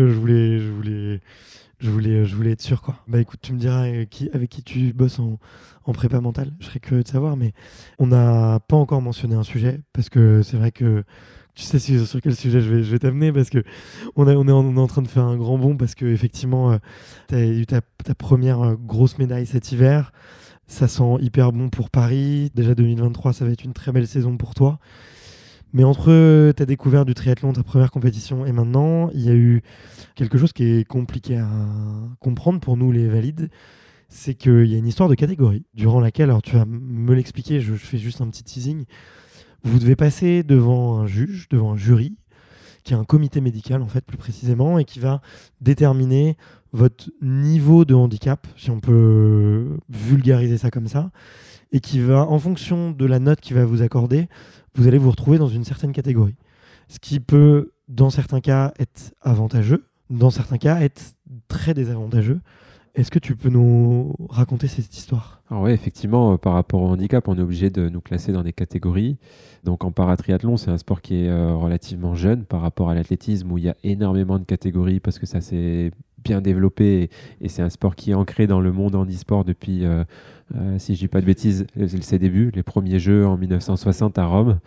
je voulais être sûr, quoi. Bah écoute, tu me diras avec qui tu bosses en prépa mentale. Je serais curieux de savoir, mais on n'a pas encore mentionné un sujet parce que c'est vrai que tu sais sur quel sujet je vais t'amener parce que on est en train de faire un grand bond parce que effectivement, tu as eu ta première grosse médaille cet hiver. Ça sent hyper bon pour Paris. Déjà 2023, ça va être une très belle saison pour toi. Mais entre ta découverte du triathlon, ta première compétition et maintenant, il y a eu quelque chose qui est compliqué à comprendre pour nous les valides. C'est qu'il y a une histoire de catégorie durant laquelle, alors tu vas me l'expliquer, je fais juste un petit teasing. Vous devez passer devant un juge, devant un jury, qui est un comité médical en fait plus précisément, et qui va déterminer votre niveau de handicap, si on peut vulgariser ça comme ça, et qui va, en fonction de la note qu'il va vous accorder, vous allez vous retrouver dans une certaine catégorie. Ce qui peut, dans certains cas, être avantageux, dans certains cas, être très désavantageux. Est-ce que tu peux nous raconter cette histoire ? Alors oui, effectivement, par rapport au handicap, on est obligé de nous classer dans des catégories. Donc en paratriathlon, c'est un sport qui est relativement jeune par rapport à l'athlétisme où il y a énormément de catégories parce que ça s'est bien développé et c'est un sport qui est ancré dans le monde handisport depuis, si je ne dis pas de bêtises, ses débuts, les premiers Jeux en 1960 à Rome.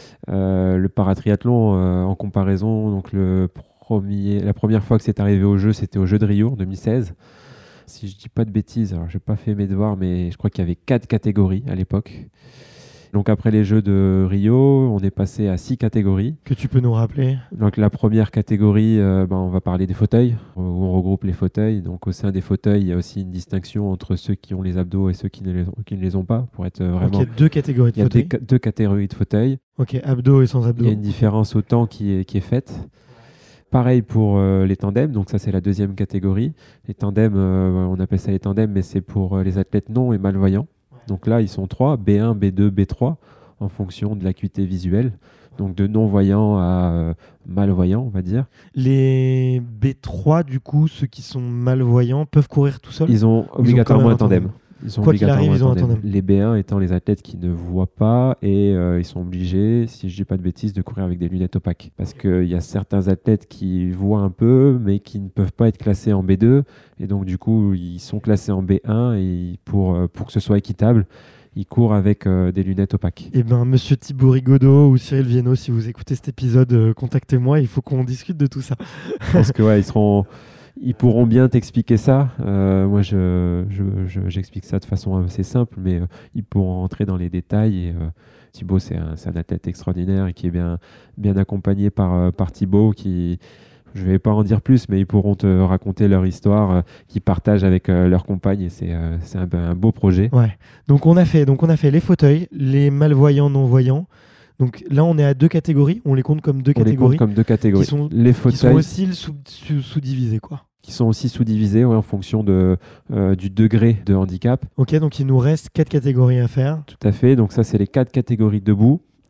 Le paratriathlon, en comparaison, donc la première fois que c'est arrivé aux Jeux, c'était aux Jeux de Rio en 2016. Si je dis pas de bêtises, alors j'ai pas fait mes devoirs, mais je crois qu'il y avait 4 catégories à l'époque. Donc après les Jeux de Rio, on est passé à 6 catégories. Que tu peux nous rappeler ? Donc la première catégorie, on va parler des fauteuils, où on regroupe les fauteuils. Donc au sein des fauteuils, il y a aussi une distinction entre ceux qui ont les abdos et ceux qui ne les ont pas, pour être vraiment... Donc il y a 2 catégories de fauteuils. Il y a 2 catégories de fauteuils. Ok, abdos et sans abdos. Il y a une différence au temps qui est faite. Pareil pour les tandems, donc ça c'est la deuxième catégorie. Les tandems, on appelle ça les tandems, mais c'est pour les athlètes non et malvoyants. Donc là, ils sont 3, B1, B2, B3, en fonction de l'acuité visuelle. Donc de non-voyants à malvoyants, on va dire. Les B3, du coup, ceux qui sont malvoyants, peuvent courir tout seuls ? Ils ont obligatoirement un tandem. Quoi qu'il arrive, ils ont un tandem. Les B1 étant les athlètes qui ne voient pas et ils sont obligés, si je ne dis pas de bêtises, de courir avec des lunettes opaques. Parce qu'il y a certains athlètes qui voient un peu, mais qui ne peuvent pas être classés en B2. Et donc, du coup, ils sont classés en B1 et pour que ce soit équitable, ils courent avec des lunettes opaques. Eh bien, monsieur Thibaut Rigaudot ou Cyril Viennot, si vous écoutez cet épisode, contactez-moi, il faut qu'on discute de tout ça. Parce que ils pourront bien t'expliquer ça. Moi, j'explique ça de façon assez simple, mais ils pourront rentrer dans les détails. Et, Thibaut, c'est un athlète extraordinaire et qui est bien accompagné par Thibaut, qui, je ne vais pas en dire plus, mais ils pourront te raconter leur histoire, qu'ils partagent avec leur compagne. Et c'est un beau projet. Ouais. Donc on a fait les fauteuils, les malvoyants, non-voyants. Donc là, on est à 2 catégories. On les compte comme 2 catégories. Les fauteuils qui sont aussi sous-divisés, quoi. Qui sont aussi sous-divisés en fonction du degré de handicap. Ok, donc il nous reste 4 catégories à faire. Tout à fait. Donc ça, c'est les 4 catégories debout.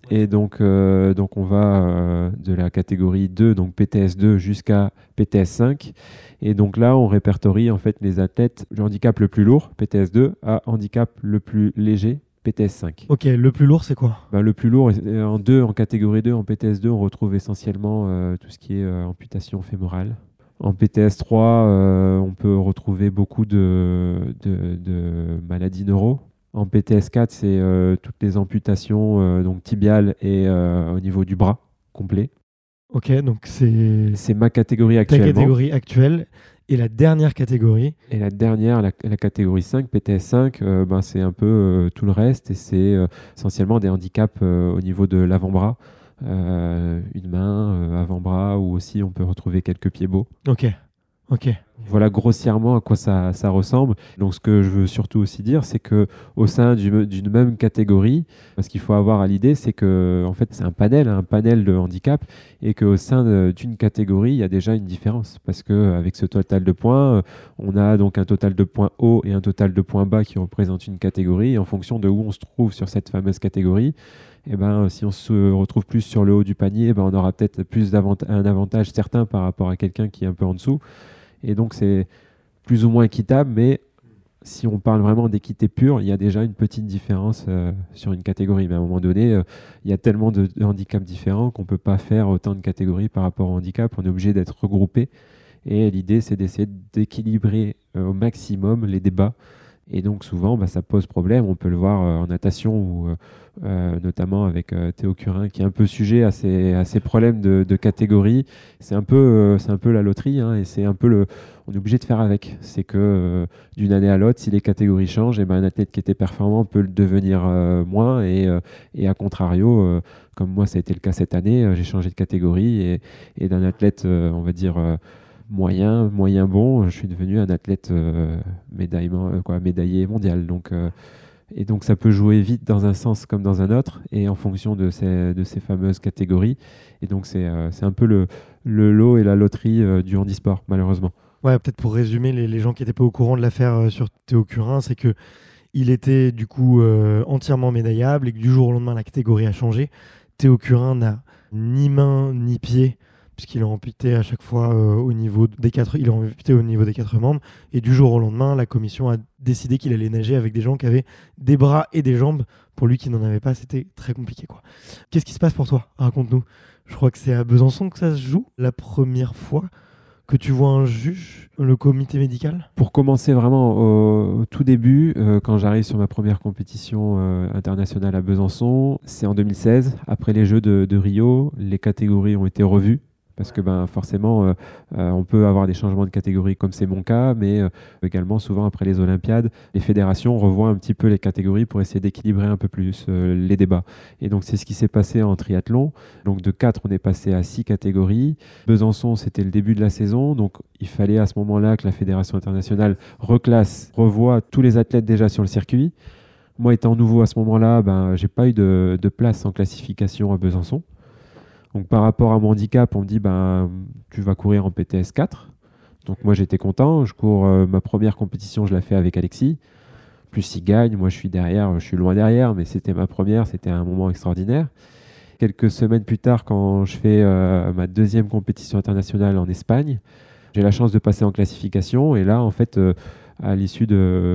Et donc on va de la catégorie 2, donc PTS2 jusqu'à PTS5. Et donc là, on répertorie en fait les athlètes du handicap le plus lourd, PTS2, à handicap le plus léger, PTS5. Ok, le plus lourd, c'est quoi? Le plus lourd, en catégorie 2, en PTS2, on retrouve essentiellement tout ce qui est amputation fémorale. En PTS3, on peut retrouver beaucoup de maladies neuro. En PTS4, c'est toutes les amputations donc tibiales et au niveau du bras complet. Ok, donc c'est ma catégorie ta actuellement. catégorie actuelle. Et la dernière catégorie? Et la dernière, la catégorie 5, PTS5, c'est un peu tout le reste. Et c'est essentiellement des handicaps au niveau de l'avant-bras. Une main, avant-bras, ou aussi on peut retrouver quelques pieds-bots. Ok. Voilà grossièrement à quoi ça ressemble. Donc ce que je veux surtout aussi dire, c'est qu'au sein d'une même catégorie, ce qu'il faut avoir à l'idée, c'est que en fait, c'est un panel de handicap, et qu'au sein d'une catégorie, il y a déjà une différence. Parce qu'avec ce total de points, on a donc un total de points haut et un total de points bas qui représentent une catégorie. Et en fonction de où on se trouve sur cette fameuse catégorie, si on se retrouve plus sur le haut du panier, on aura peut-être un avantage certain par rapport à quelqu'un qui est un peu en dessous. Et donc, c'est plus ou moins équitable, mais si on parle vraiment d'équité pure, il y a déjà une petite différence sur une catégorie. Mais à un moment donné, il y a tellement de handicaps différents qu'on ne peut pas faire autant de catégories par rapport au handicap. On est obligé d'être regroupé. Et l'idée, c'est d'essayer d'équilibrer au maximum les débats. Et donc, souvent, ça pose problème. On peut le voir en natation, ou notamment avec Théo Curin, qui est un peu sujet à ces problèmes de catégorie. C'est un peu la loterie, hein, et c'est un peu on est obligé de faire avec. C'est que d'une année à l'autre, si les catégories changent, un athlète qui était performant peut le devenir moins. Et à contrario, comme moi, ça a été le cas cette année, j'ai changé de catégorie, et d'un athlète, on va dire, moyen bon, je suis devenu un athlète médaillé mondial. Et donc ça peut jouer vite dans un sens comme dans un autre, et en fonction de ces fameuses catégories. Et donc c'est un peu le lot et la loterie du handisport, malheureusement. Ouais, peut-être pour résumer, les gens qui n'étaient pas au courant de l'affaire sur Théo Curin, c'est que il était du coup entièrement médaillable, et que du jour au lendemain, la catégorie a changé. Théo Curin n'a ni main ni pied, puisqu'il a amputé à chaque fois au niveau des quatre membres. Et du jour au lendemain, la commission a décidé qu'il allait nager avec des gens qui avaient des bras et des jambes. Pour lui qui n'en avait pas, c'était très compliqué, quoi. Qu'est-ce qui se passe pour toi? Raconte-nous. Je crois que c'est à Besançon que ça se joue, la première fois que tu vois un juge, le comité médical? Pour commencer vraiment au tout début, quand j'arrive sur ma première compétition internationale à Besançon, c'est en 2016. Après les Jeux de Rio, les catégories ont été revues. Parce que forcément, on peut avoir des changements de catégorie, comme c'est mon cas, mais également souvent après les Olympiades, les fédérations revoient un petit peu les catégories pour essayer d'équilibrer un peu plus les débats. Et donc c'est ce qui s'est passé en triathlon. Donc de 4, on est passé à 6 catégories. Besançon, c'était le début de la saison, donc il fallait à ce moment-là que la fédération internationale revoie tous les athlètes déjà sur le circuit. Moi, étant nouveau à ce moment-là, j'ai pas eu de place en classification à Besançon. Donc par rapport à mon handicap, on me dit tu vas courir en PTS 4. Donc moi j'étais content, je cours ma première compétition, je la fais avec Alexis. Plus il gagne, moi je suis loin derrière, mais c'était ma première, c'était un moment extraordinaire. Quelques semaines plus tard, quand je fais ma deuxième compétition internationale en Espagne, j'ai la chance de passer en classification, et là en fait à l'issue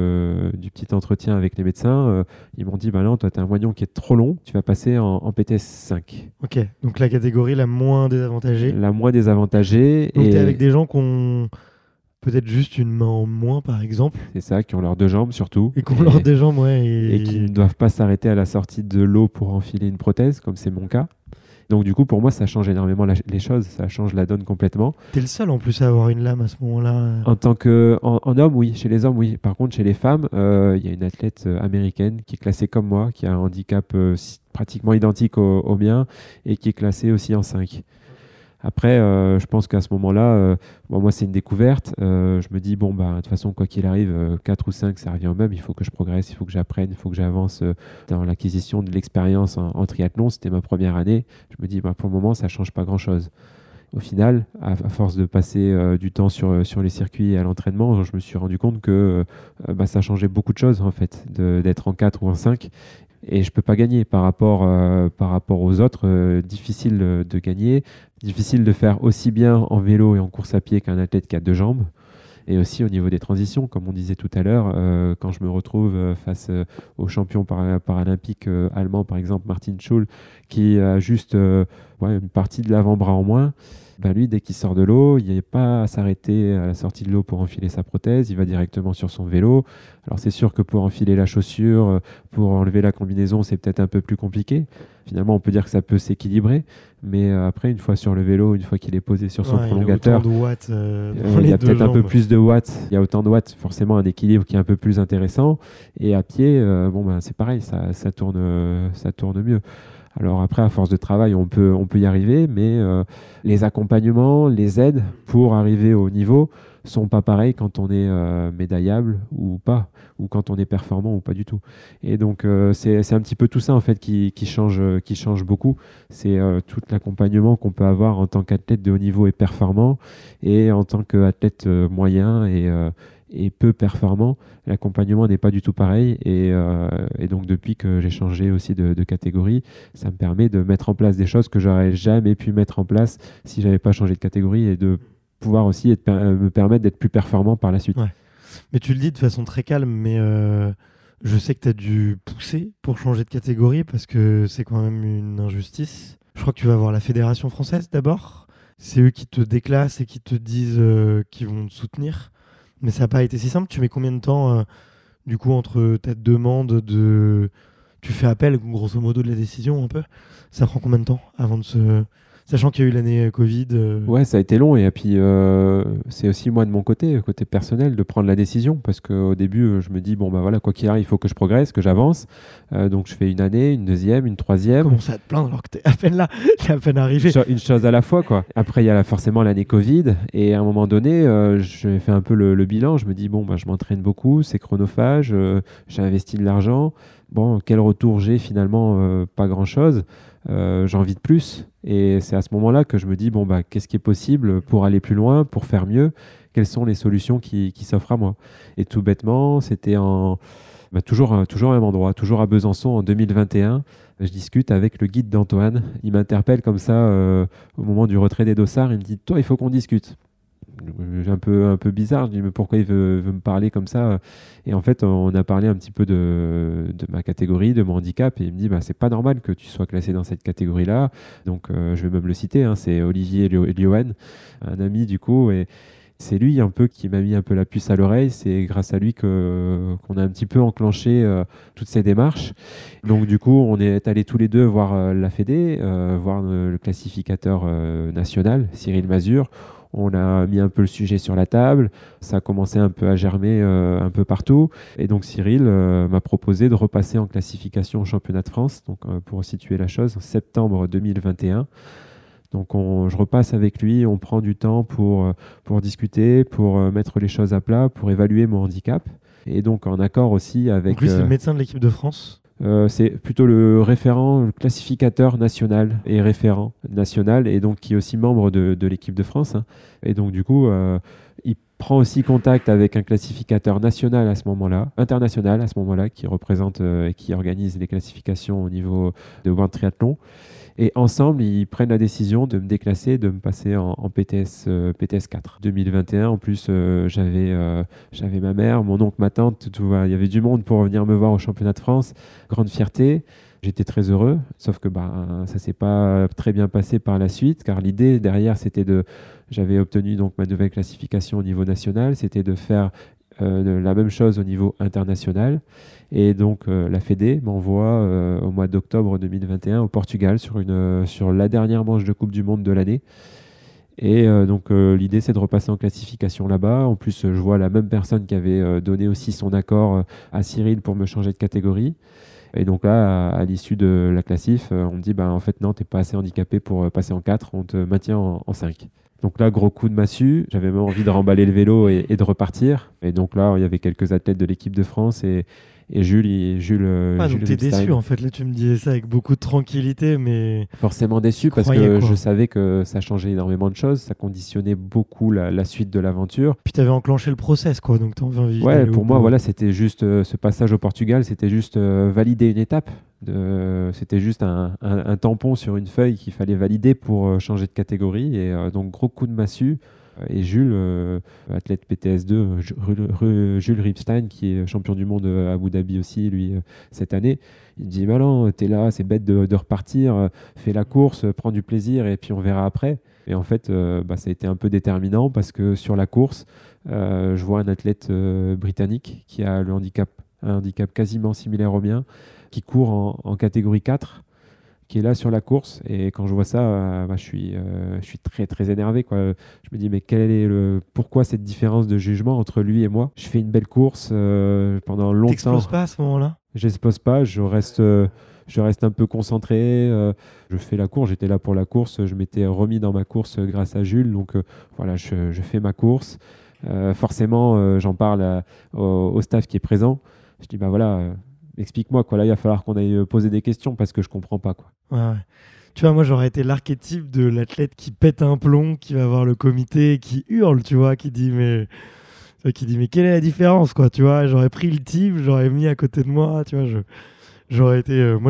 du petit entretien avec les médecins, ils m'ont dit non, toi tu as un moignon qui est trop long, tu vas passer en PTS 5. Ok, donc la catégorie la moins désavantagée. La moins désavantagée. Donc tu es avec des gens qui ont peut-être juste une main en moins, par exemple. C'est ça, qui ont leurs deux jambes surtout. Et qui ont leurs deux jambes, ouais. Et qui ne doivent pas s'arrêter à la sortie de l'eau pour enfiler une prothèse, comme c'est mon cas. Donc du coup, pour moi, ça change énormément les choses, ça change la donne complètement. T'es le seul en plus à avoir une lame à ce moment-là. En homme, oui. Chez les hommes, oui. Par contre, chez les femmes, il y a une athlète américaine qui est classée comme moi, qui a un handicap pratiquement identique au mien, et qui est classée aussi en 5. Après, je pense qu'à ce moment-là, moi, c'est une découverte. Je me dis, de toute façon, quoi qu'il arrive, 4 ou 5, ça revient au même. Il faut que je progresse, il faut que j'apprenne, il faut que j'avance dans l'acquisition de l'expérience en triathlon. C'était ma première année. Je me dis, pour le moment, ça ne change pas grand-chose. Au final, à force de passer du temps sur les circuits et à l'entraînement, je me suis rendu compte que ça changeait beaucoup de choses, en fait, d'être en 4 ou en 5. et je peux pas gagner par rapport aux autres. Difficile de gagner, difficile de faire aussi bien en vélo et en course à pied qu'un athlète qui a 2 jambes. Et aussi au niveau des transitions, comme on disait tout à l'heure, quand je me retrouve face au champion paralympique allemand, par exemple Martin Schul, qui a juste une partie de l'avant-bras en moins, ben lui, dès qu'il sort de l'eau, il n'y a pas à s'arrêter à la sortie de l'eau pour enfiler sa prothèse, il va directement sur son vélo. Alors c'est sûr que pour enfiler la chaussure, pour enlever la combinaison, c'est peut-être un peu plus compliqué. Finalement, on peut dire que ça peut s'équilibrer, mais après, une fois sur le vélo, une fois qu'il est posé sur son prolongateur, il y a peut-être un peu plus de watts. Il y a autant de watts, forcément un équilibre qui est un peu plus intéressant. Et à pied, c'est pareil, ça tourne mieux. Alors après, à force de travail, on peut y arriver, mais les accompagnements, les aides pour arriver au niveau sont pas pareils quand on est médaillable ou pas, ou quand on est performant ou pas du tout. Et donc c'est un petit peu tout ça en fait qui change beaucoup. C'est tout l'accompagnement qu'on peut avoir en tant qu'athlète de haut niveau et performant, et en tant qu'athlète moyen et peu performant, l'accompagnement n'est pas du tout pareil. Et donc depuis que j'ai changé aussi de catégorie, ça me permet de mettre en place des choses que j'aurais jamais pu mettre en place si j'avais pas changé de catégorie, et de pouvoir aussi me permettre d'être plus performant par la suite. Ouais. Mais tu le dis de façon très calme, mais je sais que tu as dû pousser pour changer de catégorie parce que c'est quand même une injustice. Je crois que tu vas voir la Fédération française d'abord. C'est eux qui te déclassent et qui te disent qu'ils vont te soutenir. Mais ça n'a pas été si simple. Tu mets combien de temps du coup entre ta demande de... Tu fais appel grosso modo de la décision un peu. Ça prend combien de temps avant de se... Sachant qu'il y a eu l'année Covid. Ouais, ça a été long. Et puis, c'est aussi moi de mon côté personnel, de prendre la décision. Parce qu'au début, je me dis, quoi qu'il arrive, il faut que je progresse, que j'avance. Donc, je fais une année, une deuxième, une troisième. Comment ça te plaindre alors que t'es à peine là, t'es à peine arrivé. Une chose à la fois, quoi. Après, il y a forcément l'année Covid. Et à un moment donné, j'ai fait un peu le bilan. Je me dis, je m'entraîne beaucoup, c'est chronophage, j'ai investi de l'argent. Bon, quel retour j'ai finalement? Pas grand-chose. J'ai envie de plus, et c'est à ce moment-là que je me dis qu'est-ce qui est possible pour aller plus loin, pour faire mieux, quelles sont les solutions qui s'offrent à moi. Et tout bêtement, c'était toujours au même endroit, toujours à Besançon en 2021. Je discute avec le guide d'Antoine, il m'interpelle comme ça au moment du retrait des dossards, il me dit, toi, il faut qu'on discute. Un peu bizarre, je dis mais pourquoi il veut me parler comme ça? Et en fait on a parlé un petit peu de ma catégorie, de mon handicap, et il me dit c'est pas normal que tu sois classé dans cette catégorie là. Donc je vais même le citer, c'est Olivier Liohan, un ami du coup, et c'est lui un peu qui m'a mis un peu la puce à l'oreille. C'est grâce à lui qu'on a un petit peu enclenché toutes ces démarches. Donc du coup on est allés tous les deux voir la Fédé, voir le classificateur national Cyril Mazure. On a mis un peu le sujet sur la table, ça a commencé un peu à germer un peu partout. Et donc Cyril m'a proposé de repasser en classification au championnat de France, donc, pour situer la chose, en septembre 2021. Donc je repasse avec lui, on prend du temps pour discuter, pour mettre les choses à plat, pour évaluer mon handicap. Et donc en accord aussi avec... Donc lui, c'est le médecin de l'équipe de France ? C'est plutôt le référent, le classificateur national et référent national, et donc qui est aussi membre de l'équipe de France. Et donc du coup, il prend aussi contact avec un classificateur national à ce moment-là, international à ce moment-là, qui représente et qui organise les classifications au niveau de World Triathlon. Et ensemble, ils prennent la décision de me déclasser, de me passer en PTS 4. 2021, en plus, j'avais ma mère, mon oncle, ma tante, il y avait du monde pour venir me voir au championnat de France. Grande fierté. J'étais très heureux, sauf que ça s'est pas très bien passé par la suite, car l'idée derrière, j'avais obtenu donc ma nouvelle classification au niveau national, c'était de faire la même chose au niveau international. Et donc la Fédé m'envoie au mois d'octobre 2021 au Portugal sur la dernière manche de Coupe du Monde de l'année. Et donc l'idée, c'est de repasser en classification là-bas. En plus, je vois la même personne qui avait donné aussi son accord à Cyril pour me changer de catégorie. Et donc là, à l'issue de la classif, on me dit en fait non, t'es pas assez handicapé pour passer en 4, on te maintient en 5. Donc là, gros coup de massue, j'avais même envie de remballer le vélo et de repartir. Et donc là, il y avait quelques athlètes de l'équipe de France et Jules. Donc t'es déçu en fait, là tu me disais ça avec beaucoup de tranquillité, mais... Forcément déçu parce que je savais que ça changeait énormément de choses, ça conditionnait beaucoup la suite de l'aventure. Puis t'avais enclenché le process donc t'as envie pour moi, voilà, c'était juste ce passage au Portugal, c'était juste valider une étape. C'était juste un tampon sur une feuille qu'il fallait valider pour changer de catégorie. Et donc, gros coup de massue. Et Jules, athlète PTS2, Jules Ripstein, qui est champion du monde à Abu Dhabi aussi, lui, cette année, il me dit bah non, t'es là, c'est bête de repartir, fais la course, prends du plaisir et puis on verra après. Et en fait, ça a été un peu déterminant parce que sur la course, je vois un athlète britannique qui a un handicap quasiment similaire au mien, qui court en catégorie 4, qui est là sur la course. Et quand je vois ça, je suis très très énervé, quoi. Je me dis mais pourquoi cette différence de jugement entre lui et moi? Je fais une belle course pendant longtemps. T'exploses pas à ce moment-là? J'explose pas, je reste un peu concentré. Je fais la course, j'étais là pour la course. Je m'étais remis dans ma course grâce à Jules. Donc voilà, je fais ma course. Forcément, j'en parle au staff qui est présent. Je dis bah voilà, explique-moi quoi. Là, il va falloir qu'on aille poser des questions parce que je comprends pas quoi. Ouais. Tu vois, moi j'aurais été l'archétype de l'athlète qui pète un plomb, qui va voir le comité, qui hurle, tu vois, qui dit mais quelle est la différence, quoi, tu vois. J'aurais pris le type, j'aurais mis à côté de moi, tu vois. J'aurais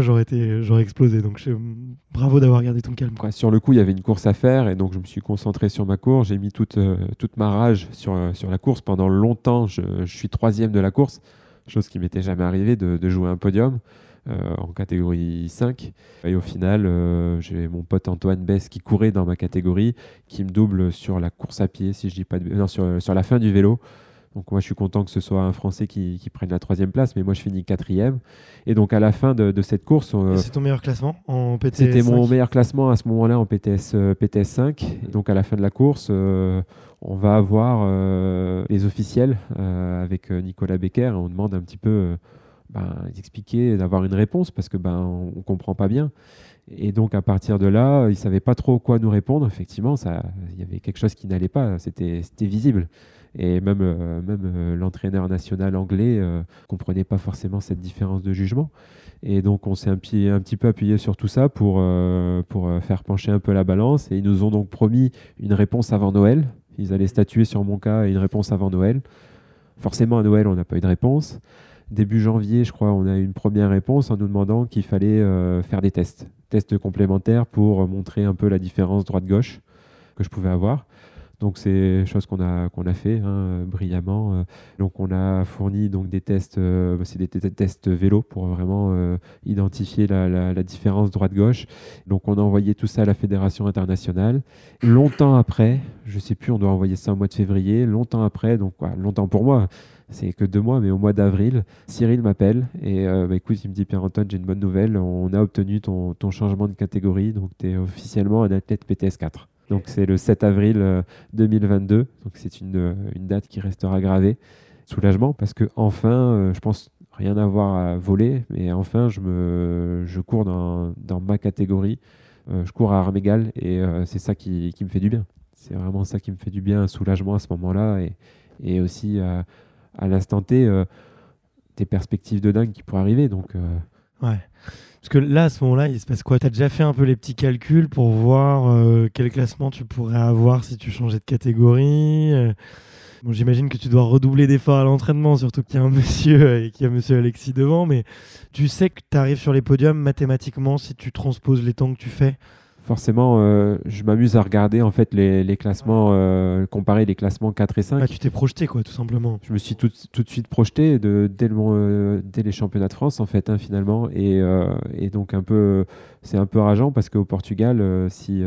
explosé. Donc bravo d'avoir gardé ton calme. Ouais, sur le coup, il y avait une course à faire et donc je me suis concentré sur ma course. J'ai mis toute ma rage sur la course. Pendant longtemps, je suis 3e de la course, chose qui m'était jamais arrivée de jouer un podium en catégorie 5. Et au final, j'ai mon pote Antoine Bess qui courait dans ma catégorie, qui me double sur la course à pied, si je dis pas non, sur la fin du vélo. Donc moi, je suis content que ce soit un Français qui prenne la 3e place, mais moi, je finis 4e. Et donc, à la fin de cette course... c'est ton meilleur classement en PTS 5? C'était mon meilleur classement à ce moment-là en PTS 5. Et donc, à la fin de la course, on va avoir les officiels avec Nicolas Becker. On demande un petit peu d'expliquer, d'avoir une réponse, parce que on ne comprend pas bien. Et donc, à partir de là, ils ne savaient pas trop quoi nous répondre. Effectivement, il y avait quelque chose qui n'allait pas. C'était visible. Et même l'entraîneur national anglais ne comprenait pas forcément cette différence de jugement. Et donc, on s'est un petit peu appuyé sur tout ça pour faire pencher un peu la balance. Et ils nous ont donc promis une réponse avant Noël. Ils allaient statuer sur mon cas et une réponse avant Noël. Forcément, à Noël, on n'a pas eu de réponse. Début janvier, je crois, on a eu une première réponse en nous demandant qu'il fallait faire des tests complémentaires pour montrer un peu la différence droite-gauche que je pouvais avoir. Donc c'est chose qu'on a fait brillamment. Donc on a fourni donc des tests, c'est des tests vélo pour vraiment identifier la différence droite-gauche. Donc on a envoyé tout ça à la Fédération internationale. Longtemps après, je sais plus, on doit envoyer ça au mois de février. Longtemps après, donc longtemps pour moi, c'est que 2 mois, mais au mois d'avril, Cyril m'appelle et écoute, il me dit Pierre-Antoine, j'ai une bonne nouvelle, on a obtenu ton changement de catégorie, donc tu es officiellement un athlète PTS 4. Donc c'est le 7 avril 2022, donc c'est une date qui restera gravée. Soulagement parce que enfin, je pense rien avoir à voler, mais enfin je cours dans ma catégorie, je cours à armes égales et c'est ça qui me fait du bien. C'est vraiment ça qui me fait du bien, un soulagement à ce moment-là et aussi à l'instant T, des perspectives de dingue qui pourraient arriver. Donc, ouais. Parce que là, à ce moment-là, il se passe quoi? Tu as déjà fait un peu les petits calculs pour voir quel classement tu pourrais avoir si tu changeais de catégorie. Bon, j'imagine que tu dois redoubler d'efforts à l'entraînement, surtout qu'il y a un monsieur et qu'il y a monsieur Alexis devant, mais tu sais que tu arrives sur les podiums mathématiquement si tu transposes les temps que tu fais. Forcément, je m'amuse à regarder en fait les classements, comparer les classements 4 et 5. Tu t'es projeté, quoi, tout simplement. Je me suis tout de suite projeté dès les championnats de France, en fait, finalement. Et donc, c'est un peu rageant parce qu'au Portugal, si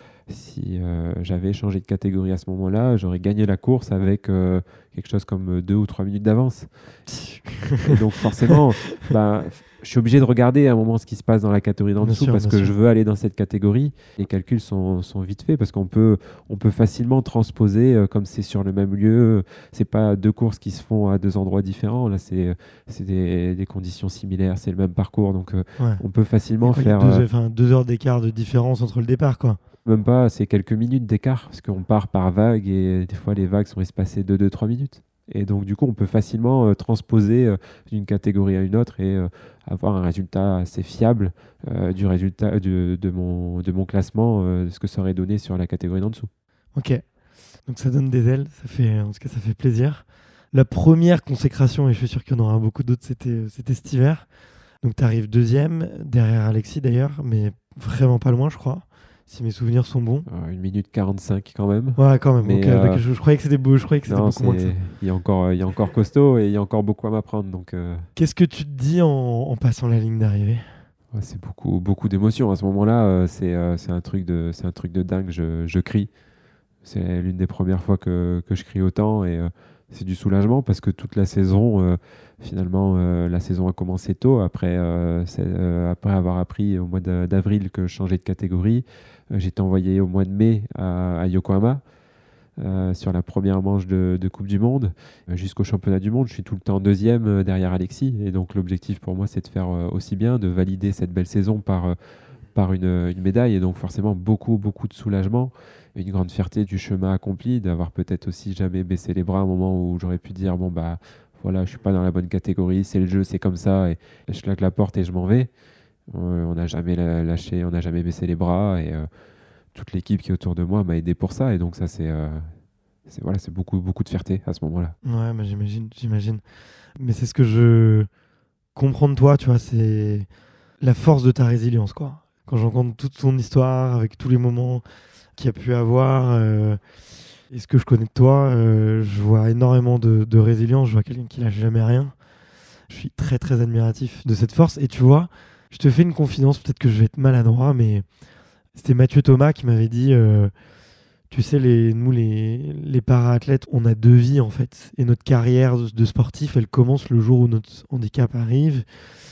j'avais changé de catégorie à ce moment-là, j'aurais gagné la course avec quelque chose comme 2 ou 3 minutes d'avance. Et donc, forcément, je suis obligé de regarder à un moment ce qui se passe dans la catégorie d'en dessous parce que je veux aller dans cette catégorie. Les calculs sont vite faits parce qu'on peut facilement transposer comme c'est sur le même lieu. C'est pas 2 courses qui se font à 2 endroits différents. Là, c'est des conditions similaires, c'est le même parcours. Donc, on peut facilement faire... 2 heures d'écart de différence entre le départ, quoi. Même pas, c'est quelques minutes d'écart parce qu'on part par vague et des fois les vagues sont espacées de 2-3 minutes. Et donc du coup on peut facilement transposer d'une catégorie à une autre et avoir un résultat assez fiable du résultat de mon classement, de ce que ça aurait donné sur la catégorie d'en dessous. Ok, donc ça donne des ailes, en tout cas ça fait plaisir. La première consécration, et je suis sûr qu'il y en aura beaucoup d'autres, c'était cet hiver. Donc tu arrives deuxième, derrière Alexis d'ailleurs, mais vraiment pas loin, je crois, si mes souvenirs sont bons. 1 minute 45 quand même. Ouais, quand même. Mais, Okay, donc je croyais que c'était beau, je croyais que c'était non, beaucoup moins que ça. Il y a encore costaud et il y a encore beaucoup à m'apprendre. Donc, Qu'est-ce que tu te dis en passant la ligne d'arrivée? ouais, c'est beaucoup d'émotions. À ce moment-là, c'est un truc de dingue. Je crie. C'est l'une des premières fois que je crie autant et c'est du soulagement parce que toute la saison, finalement, la saison a commencé tôt. Après avoir appris au mois d'avril que je changeais de catégorie, j'étais envoyé au mois de mai à Yokohama sur la première manche de Coupe du Monde jusqu'au championnat du monde. Je suis tout le temps deuxième derrière Alexis et donc l'objectif pour moi c'est de faire aussi bien, de valider cette belle saison par une médaille et donc forcément beaucoup de soulagement, une grande fierté du chemin accompli, d'avoir peut-être aussi jamais baissé les bras à un moment où j'aurais pu dire bon bah voilà, je suis pas dans la bonne catégorie, c'est le jeu, c'est comme ça et je claque la porte et je m'en vais. On n'a jamais lâché, on n'a jamais baissé les bras et toute l'équipe qui est autour de moi m'a aidé pour ça et donc ça c'est beaucoup de fierté à ce moment-là. Ouais, bah, j'imagine. Mais c'est ce que je comprends de toi, tu vois, c'est la force de ta résilience, quoi. Quand j'entends toute ton histoire, avec tous les moments qu'il y a pu avoir, et ce que je connais de toi, je vois énormément de résilience, je vois quelqu'un qui lâche jamais rien. Je suis très très admiratif de cette force. Et tu vois, je te fais une confidence, peut-être que je vais être maladroit, mais c'était Mathieu Thomas qui m'avait dit, tu sais, nous les para-athlètes, on a 2 vies en fait. Et notre carrière de sportif, elle commence le jour où notre handicap arrive.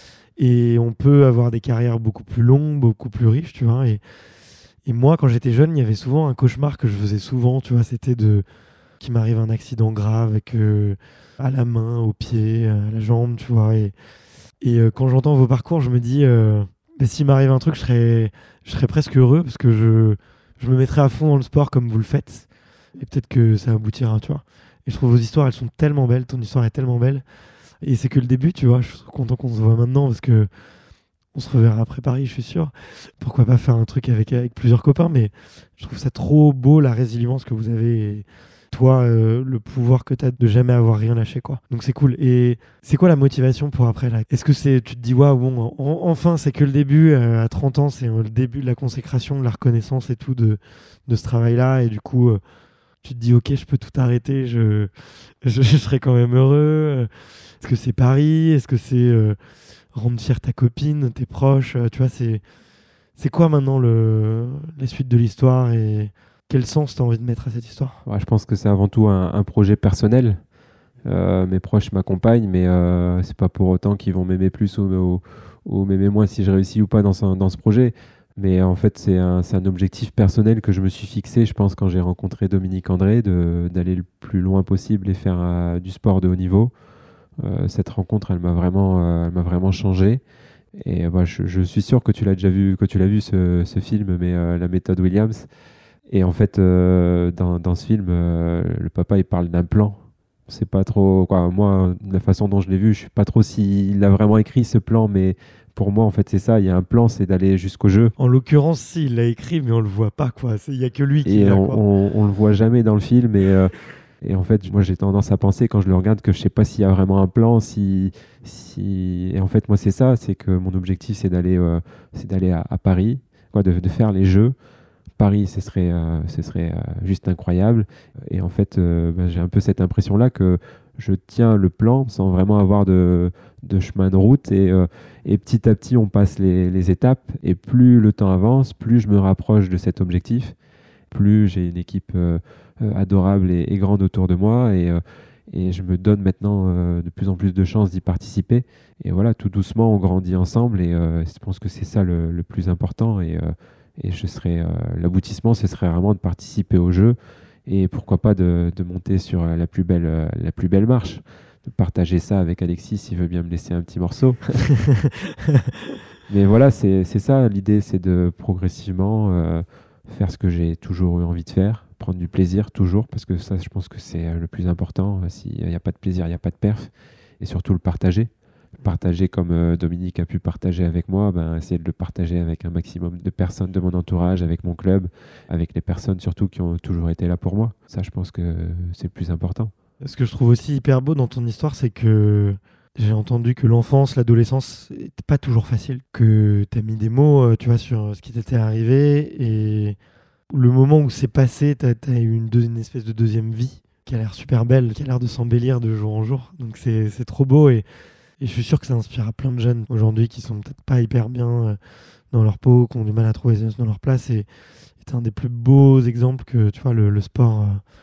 Et on peut avoir des carrières beaucoup plus longues, beaucoup plus riches, tu vois. Et moi, quand j'étais jeune, il y avait souvent un cauchemar que je faisais souvent, tu vois. C'était qu'il m'arrive un accident grave avec à la main, au pied, à la jambe, tu vois. Et quand j'entends vos parcours, je me dis, s'il m'arrive un truc, je serais presque heureux parce que je me mettrais à fond dans le sport comme vous le faites. Et peut-être que ça aboutira, tu vois. Et je trouve vos histoires, elles sont tellement belles. Ton histoire est tellement belle. Et c'est que le début, tu vois. Je suis content qu'on se voit maintenant parce que on se reverra après Paris, je suis sûr. Pourquoi pas faire un truc avec plusieurs copains, mais je trouve ça trop beau, la résilience que vous avez. Et toi, le pouvoir que tu as de jamais avoir rien lâché, quoi. Donc c'est cool. Et c'est quoi la motivation pour après là? Est-ce que tu te dis, waouh, bon, enfin, c'est que le début, à 30 ans, c'est le début de la consécration, de la reconnaissance et tout de ce travail-là. Et du coup, tu te dis, ok, je peux tout arrêter, je serai quand même heureux. Est-ce que c'est Paris? Est-ce que c'est rendre fière ta copine, tes proches? Tu vois, c'est quoi maintenant les suites de l'histoire et quel sens tu as envie de mettre à cette histoire? Ouais, je pense que c'est avant tout un projet personnel. Mes proches m'accompagnent, mais c'est pas pour autant qu'ils vont m'aimer plus ou m'aimer moins si je réussis ou pas dans ce projet. Mais en fait, c'est un objectif personnel que je me suis fixé, je pense, quand j'ai rencontré Dominique André, d'aller le plus loin possible et faire du sport de haut niveau. Cette rencontre, elle m'a vraiment changé. Et je suis sûr que tu l'as déjà vu, ce film, mais la méthode Williams. Et en fait, dans ce film, le papa, il parle d'un plan. C'est pas trop, quoi. Moi, la façon dont je l'ai vu, je sais pas trop s'il a vraiment écrit ce plan, mais pour moi, en fait, c'est ça. Il y a un plan, c'est d'aller jusqu'au jeu. En l'occurrence, si, il l'a écrit, mais on le voit pas, quoi. Il y a que lui qui Et l'a, on, quoi. on le voit jamais dans le film. Et en fait, moi, j'ai tendance à penser quand je le regarde que je sais pas s'il y a vraiment un plan. Et en fait, moi, c'est ça. C'est que mon objectif, c'est d'aller à Paris, quoi, de faire les Jeux. Paris, ce serait juste incroyable. Et en fait, j'ai un peu cette impression-là que je tiens le plan sans vraiment avoir de chemin de route. Et petit à petit, on passe les étapes. Et plus le temps avance, plus je me rapproche de cet objectif. Plus j'ai une équipe adorable et grande autour de moi. Et je me donne maintenant de plus en plus de chances d'y participer. Et voilà, tout doucement, on grandit ensemble. Et je pense que c'est ça le plus important. Et l'aboutissement, ce serait vraiment de participer au jeu et pourquoi pas de monter sur la plus belle marche, de partager ça avec Alexis s'il veut bien me laisser un petit morceau. Mais voilà, c'est ça l'idée, c'est de progressivement faire ce que j'ai toujours eu envie de faire, prendre du plaisir toujours, parce que ça, je pense que c'est le plus important. S'il n'y a pas de plaisir, il n'y a pas de perf, et surtout le partager comme Dominique a pu partager avec moi, essayer de le partager avec un maximum de personnes de mon entourage, avec mon club, avec les personnes surtout qui ont toujours été là pour moi. Ça, je pense que c'est le plus important. Ce que je trouve aussi hyper beau dans ton histoire, c'est que J'ai entendu que l'enfance, l'adolescence, n'était pas toujours facile, que tu as mis des mots, tu vois, sur ce qui t'était arrivé, et le moment où c'est passé, tu as eu une espèce de deuxième vie qui a l'air super belle, qui a l'air de s'embellir de jour en jour. Donc c'est trop beau, et je suis sûr que ça inspire à plein de jeunes aujourd'hui qui sont peut-être pas hyper bien dans leur peau, qui ont du mal à trouver dans leur place, et c'est un des plus beaux exemples que, tu vois, le sport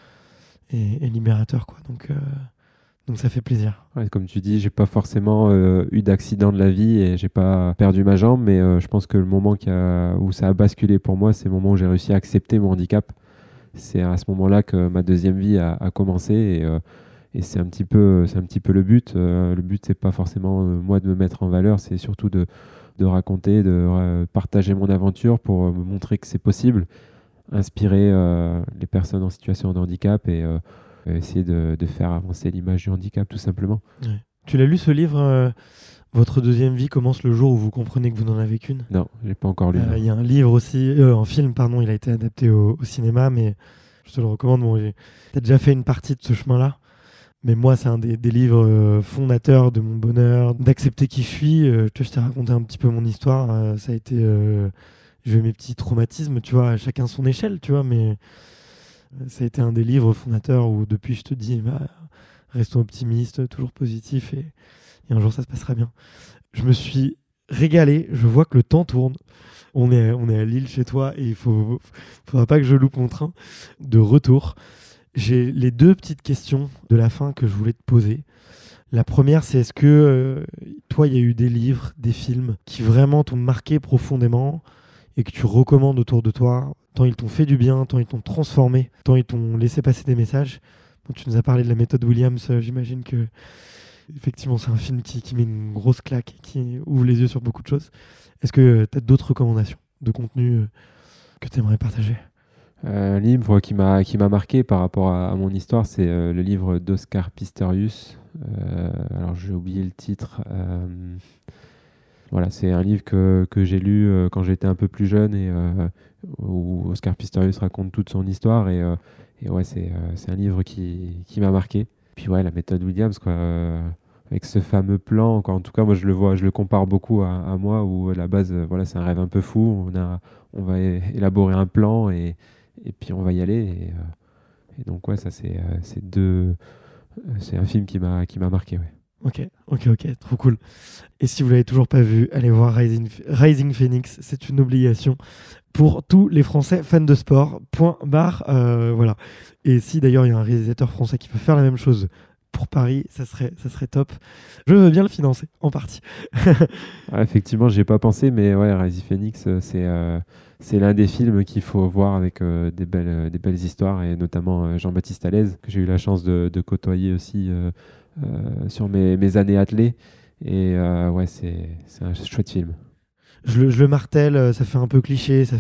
est libérateur, quoi. Donc ça fait plaisir. Ouais, comme tu dis, j'ai pas forcément eu d'accident de la vie et j'ai pas perdu ma jambe, mais je pense que le moment où ça a basculé pour moi, c'est le moment où j'ai réussi à accepter mon handicap. C'est à ce moment-là que ma deuxième vie a commencé, et c'est un petit peu le but. Le but, c'est pas forcément moi de me mettre en valeur, c'est surtout de raconter, de partager mon aventure pour me montrer que c'est possible, inspirer les personnes en situation de handicap et essayer de faire avancer l'image du handicap, tout simplement. Ouais. Tu l'as lu, ce livre, Votre deuxième vie commence le jour où vous comprenez que vous n'en avez qu'une? Non, je n'ai pas encore lu. Il y a un livre aussi, un film, pardon, il a été adapté au cinéma, mais je te le recommande. Bon, tu as déjà fait une partie de ce chemin-là, mais moi, c'est un des livres fondateurs de mon bonheur, d'accepter qui je suis. Je t'ai raconté un petit peu mon histoire. Ça a été... j'ai eu mes petits traumatismes, tu vois, à chacun son échelle, tu vois, mais ça a été un des livres fondateurs où depuis je te dis, restons optimistes, toujours positif, et un jour ça se passera bien. Je me suis régalé, je vois que le temps tourne. On est à Lille chez toi, et il faudra pas que je loupe mon train de retour. J'ai les 2 petites questions de la fin que je voulais te poser. La première, c'est est-ce que toi, il y a eu des livres, des films qui vraiment t'ont marqué profondément et que tu recommandes autour de toi, tant ils t'ont fait du bien, tant ils t'ont transformé, tant ils t'ont laissé passer des messages. Bon, tu nous as parlé de la méthode Williams, j'imagine que effectivement c'est un film qui met une grosse claque, qui ouvre les yeux sur beaucoup de choses. Est-ce que tu as d'autres recommandations de contenu que tu aimerais partager? Un livre qui m'a marqué par rapport à mon histoire, c'est le livre d'Oscar Pistorius. Alors j'ai oublié le titre. Voilà, c'est un livre que j'ai lu quand j'étais un peu plus jeune, et où Oscar Pistorius raconte toute son histoire, et ouais, c'est un livre qui m'a marqué. Puis ouais, la méthode Williams, quoi, avec ce fameux plan, quoi. En tout cas moi je le compare beaucoup à moi, où à la base voilà, c'est un rêve un peu fou, on va élaborer un plan, et puis on va y aller, et donc ouais, ça c'est un film qui m'a marqué, ouais. Ok, trop cool. Et si vous l'avez toujours pas vu, allez voir Rising Phoenix, c'est une obligation pour tous les Français fans de sport. Point barre, voilà. Et si d'ailleurs il y a un réalisateur français qui peut faire la même chose pour Paris, ça serait top. Je veux bien le financer, en partie. Ouais, effectivement, j'y ai pas pensé, mais ouais, Rising Phoenix, c'est l'un des films qu'il faut voir avec des belles histoires, et notamment Jean-Baptiste Alez, que j'ai eu la chance de côtoyer aussi sur mes années athlées. Et ouais, c'est un chouette film. Je le martèle, ça fait un peu cliché, ça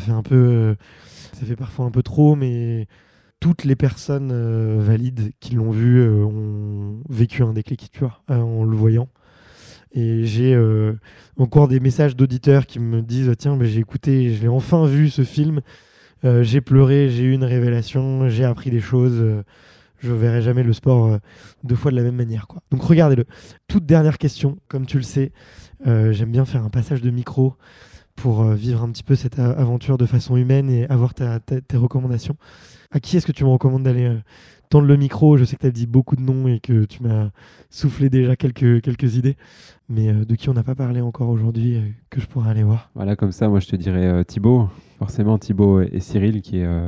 fait parfois un peu trop, mais toutes les personnes valides qui l'ont vu ont vécu un déclic, tu vois, en le voyant. Et j'ai encore des messages d'auditeurs qui me disent tiens, j'ai écouté, j'ai enfin vu ce film, j'ai pleuré, j'ai eu une révélation, j'ai appris des choses, je verrai jamais le sport 2 fois de la même manière, quoi. Donc regardez-le. Toute dernière question, comme tu le sais, j'aime bien faire un passage de micro pour vivre un petit peu cette aventure de façon humaine et avoir tes recommandations. À qui est-ce que tu me recommandes d'aller tendre le micro? Je sais que tu as dit beaucoup de noms et que tu m'as soufflé déjà quelques idées, mais de qui on n'a pas parlé encore aujourd'hui que je pourrais aller voir? Voilà, comme ça, moi je te dirais Thibaut. Forcément, Thibaut et Cyril,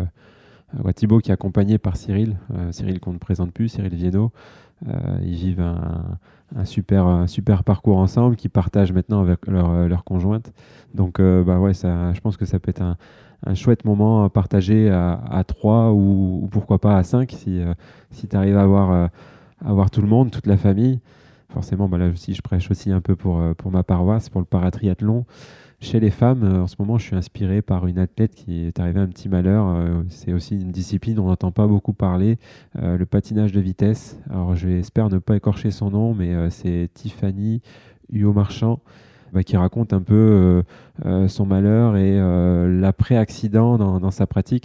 Thibaut qui est accompagné par Cyril. Cyril qu'on ne présente plus, Cyril Viennot. Ils vivent un super parcours ensemble, qui partagent maintenant avec leur conjointe. Donc ouais, je pense que ça peut être un chouette moment à partager à 3 ou pourquoi pas à 5 si tu arrives à avoir tout le monde, toute la famille. Forcément, là aussi, je prêche aussi un peu pour ma paroisse, pour le paratriathlon. Chez les femmes, en ce moment, je suis inspiré par une athlète qui est arrivée à un petit malheur. C'est aussi une discipline dont on n'entend pas beaucoup parler, le patinage de vitesse. Alors, j'espère ne pas écorcher son nom, mais c'est Tiffany Huot-Marchand, qui raconte un peu son malheur et l'après-accident dans sa pratique.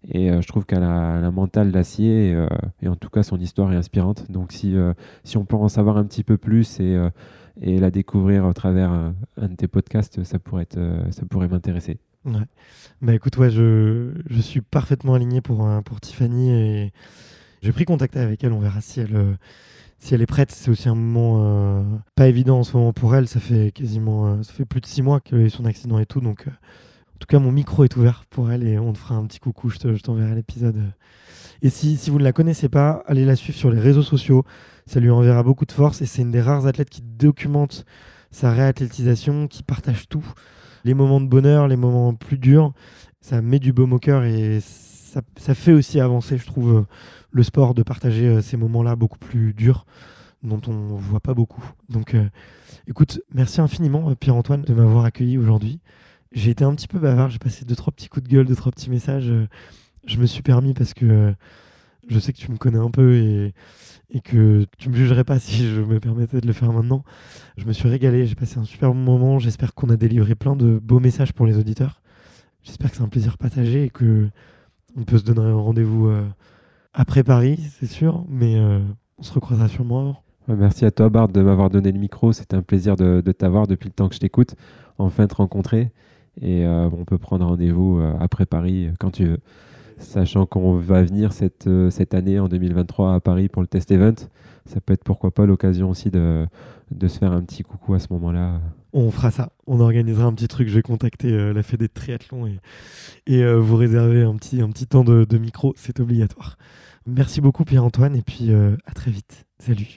Et je trouve qu'elle a un mental d'acier et en tout cas son histoire est inspirante. Donc si on peut en savoir un petit peu plus et la découvrir à travers un de tes podcasts, ça pourrait m'intéresser. Ouais. Bah écoute, ouais, je suis parfaitement aligné pour Tiffany et j'ai pris contact avec elle. On verra si elle est prête. C'est aussi un moment pas évident en ce moment pour elle. Ça fait plus de 6 mois qu'elle a eu son accident et tout. Donc, en tout cas, mon micro est ouvert pour elle et on te fera un petit coucou. Je t'enverrai l'épisode. Et si vous ne la connaissez pas, allez la suivre sur les réseaux sociaux. Ça lui enverra beaucoup de force et c'est une des rares athlètes qui documente sa réathlétisation, qui partage tout. Les moments de bonheur, les moments plus durs. Ça met du baume au cœur et ça fait aussi avancer, je trouve, le sport, de partager ces moments-là beaucoup plus durs dont on ne voit pas beaucoup. Donc, écoute, merci infiniment, Pierre-Antoine, de m'avoir accueilli aujourd'hui. J'ai été un petit peu bavard, j'ai passé 2-3 petits coups de gueule, 2-3 petits messages. Je me suis permis parce que je sais que tu me connais un peu et que tu me jugerais pas si je me permettais de le faire maintenant. Je me suis régalé, j'ai passé un super bon moment. J'espère qu'on a délivré plein de beaux messages pour les auditeurs. J'espère que c'est un plaisir partagé et qu'on peut se donner un rendez-vous après Paris, c'est sûr, mais on se recroisera sûrement. Merci à toi, Bart, de m'avoir donné le micro. C'était un plaisir de t'avoir depuis le temps que je t'écoute. Enfin, te rencontrer. Et on peut prendre rendez-vous après Paris quand tu veux. Sachant qu'on va venir cette année, en 2023, à Paris pour le Test Event. Ça peut être pourquoi pas l'occasion aussi de se faire un petit coucou à ce moment-là. On fera ça. On organisera un petit truc. Je vais contacter la Fédé de triathlon et vous réserver un petit temps de micro. C'est obligatoire. Merci beaucoup, Pierre-Antoine. Et puis, à très vite. Salut.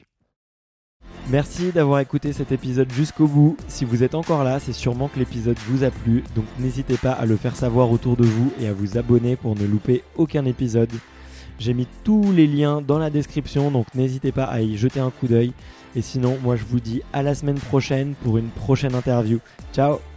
Merci d'avoir écouté cet épisode jusqu'au bout. Si vous êtes encore là, c'est sûrement que l'épisode vous a plu. Donc n'hésitez pas à le faire savoir autour de vous et à vous abonner pour ne louper aucun épisode. J'ai mis tous les liens dans la description, donc n'hésitez pas à y jeter un coup d'œil. Et sinon, moi je vous dis à la semaine prochaine pour une prochaine interview. Ciao!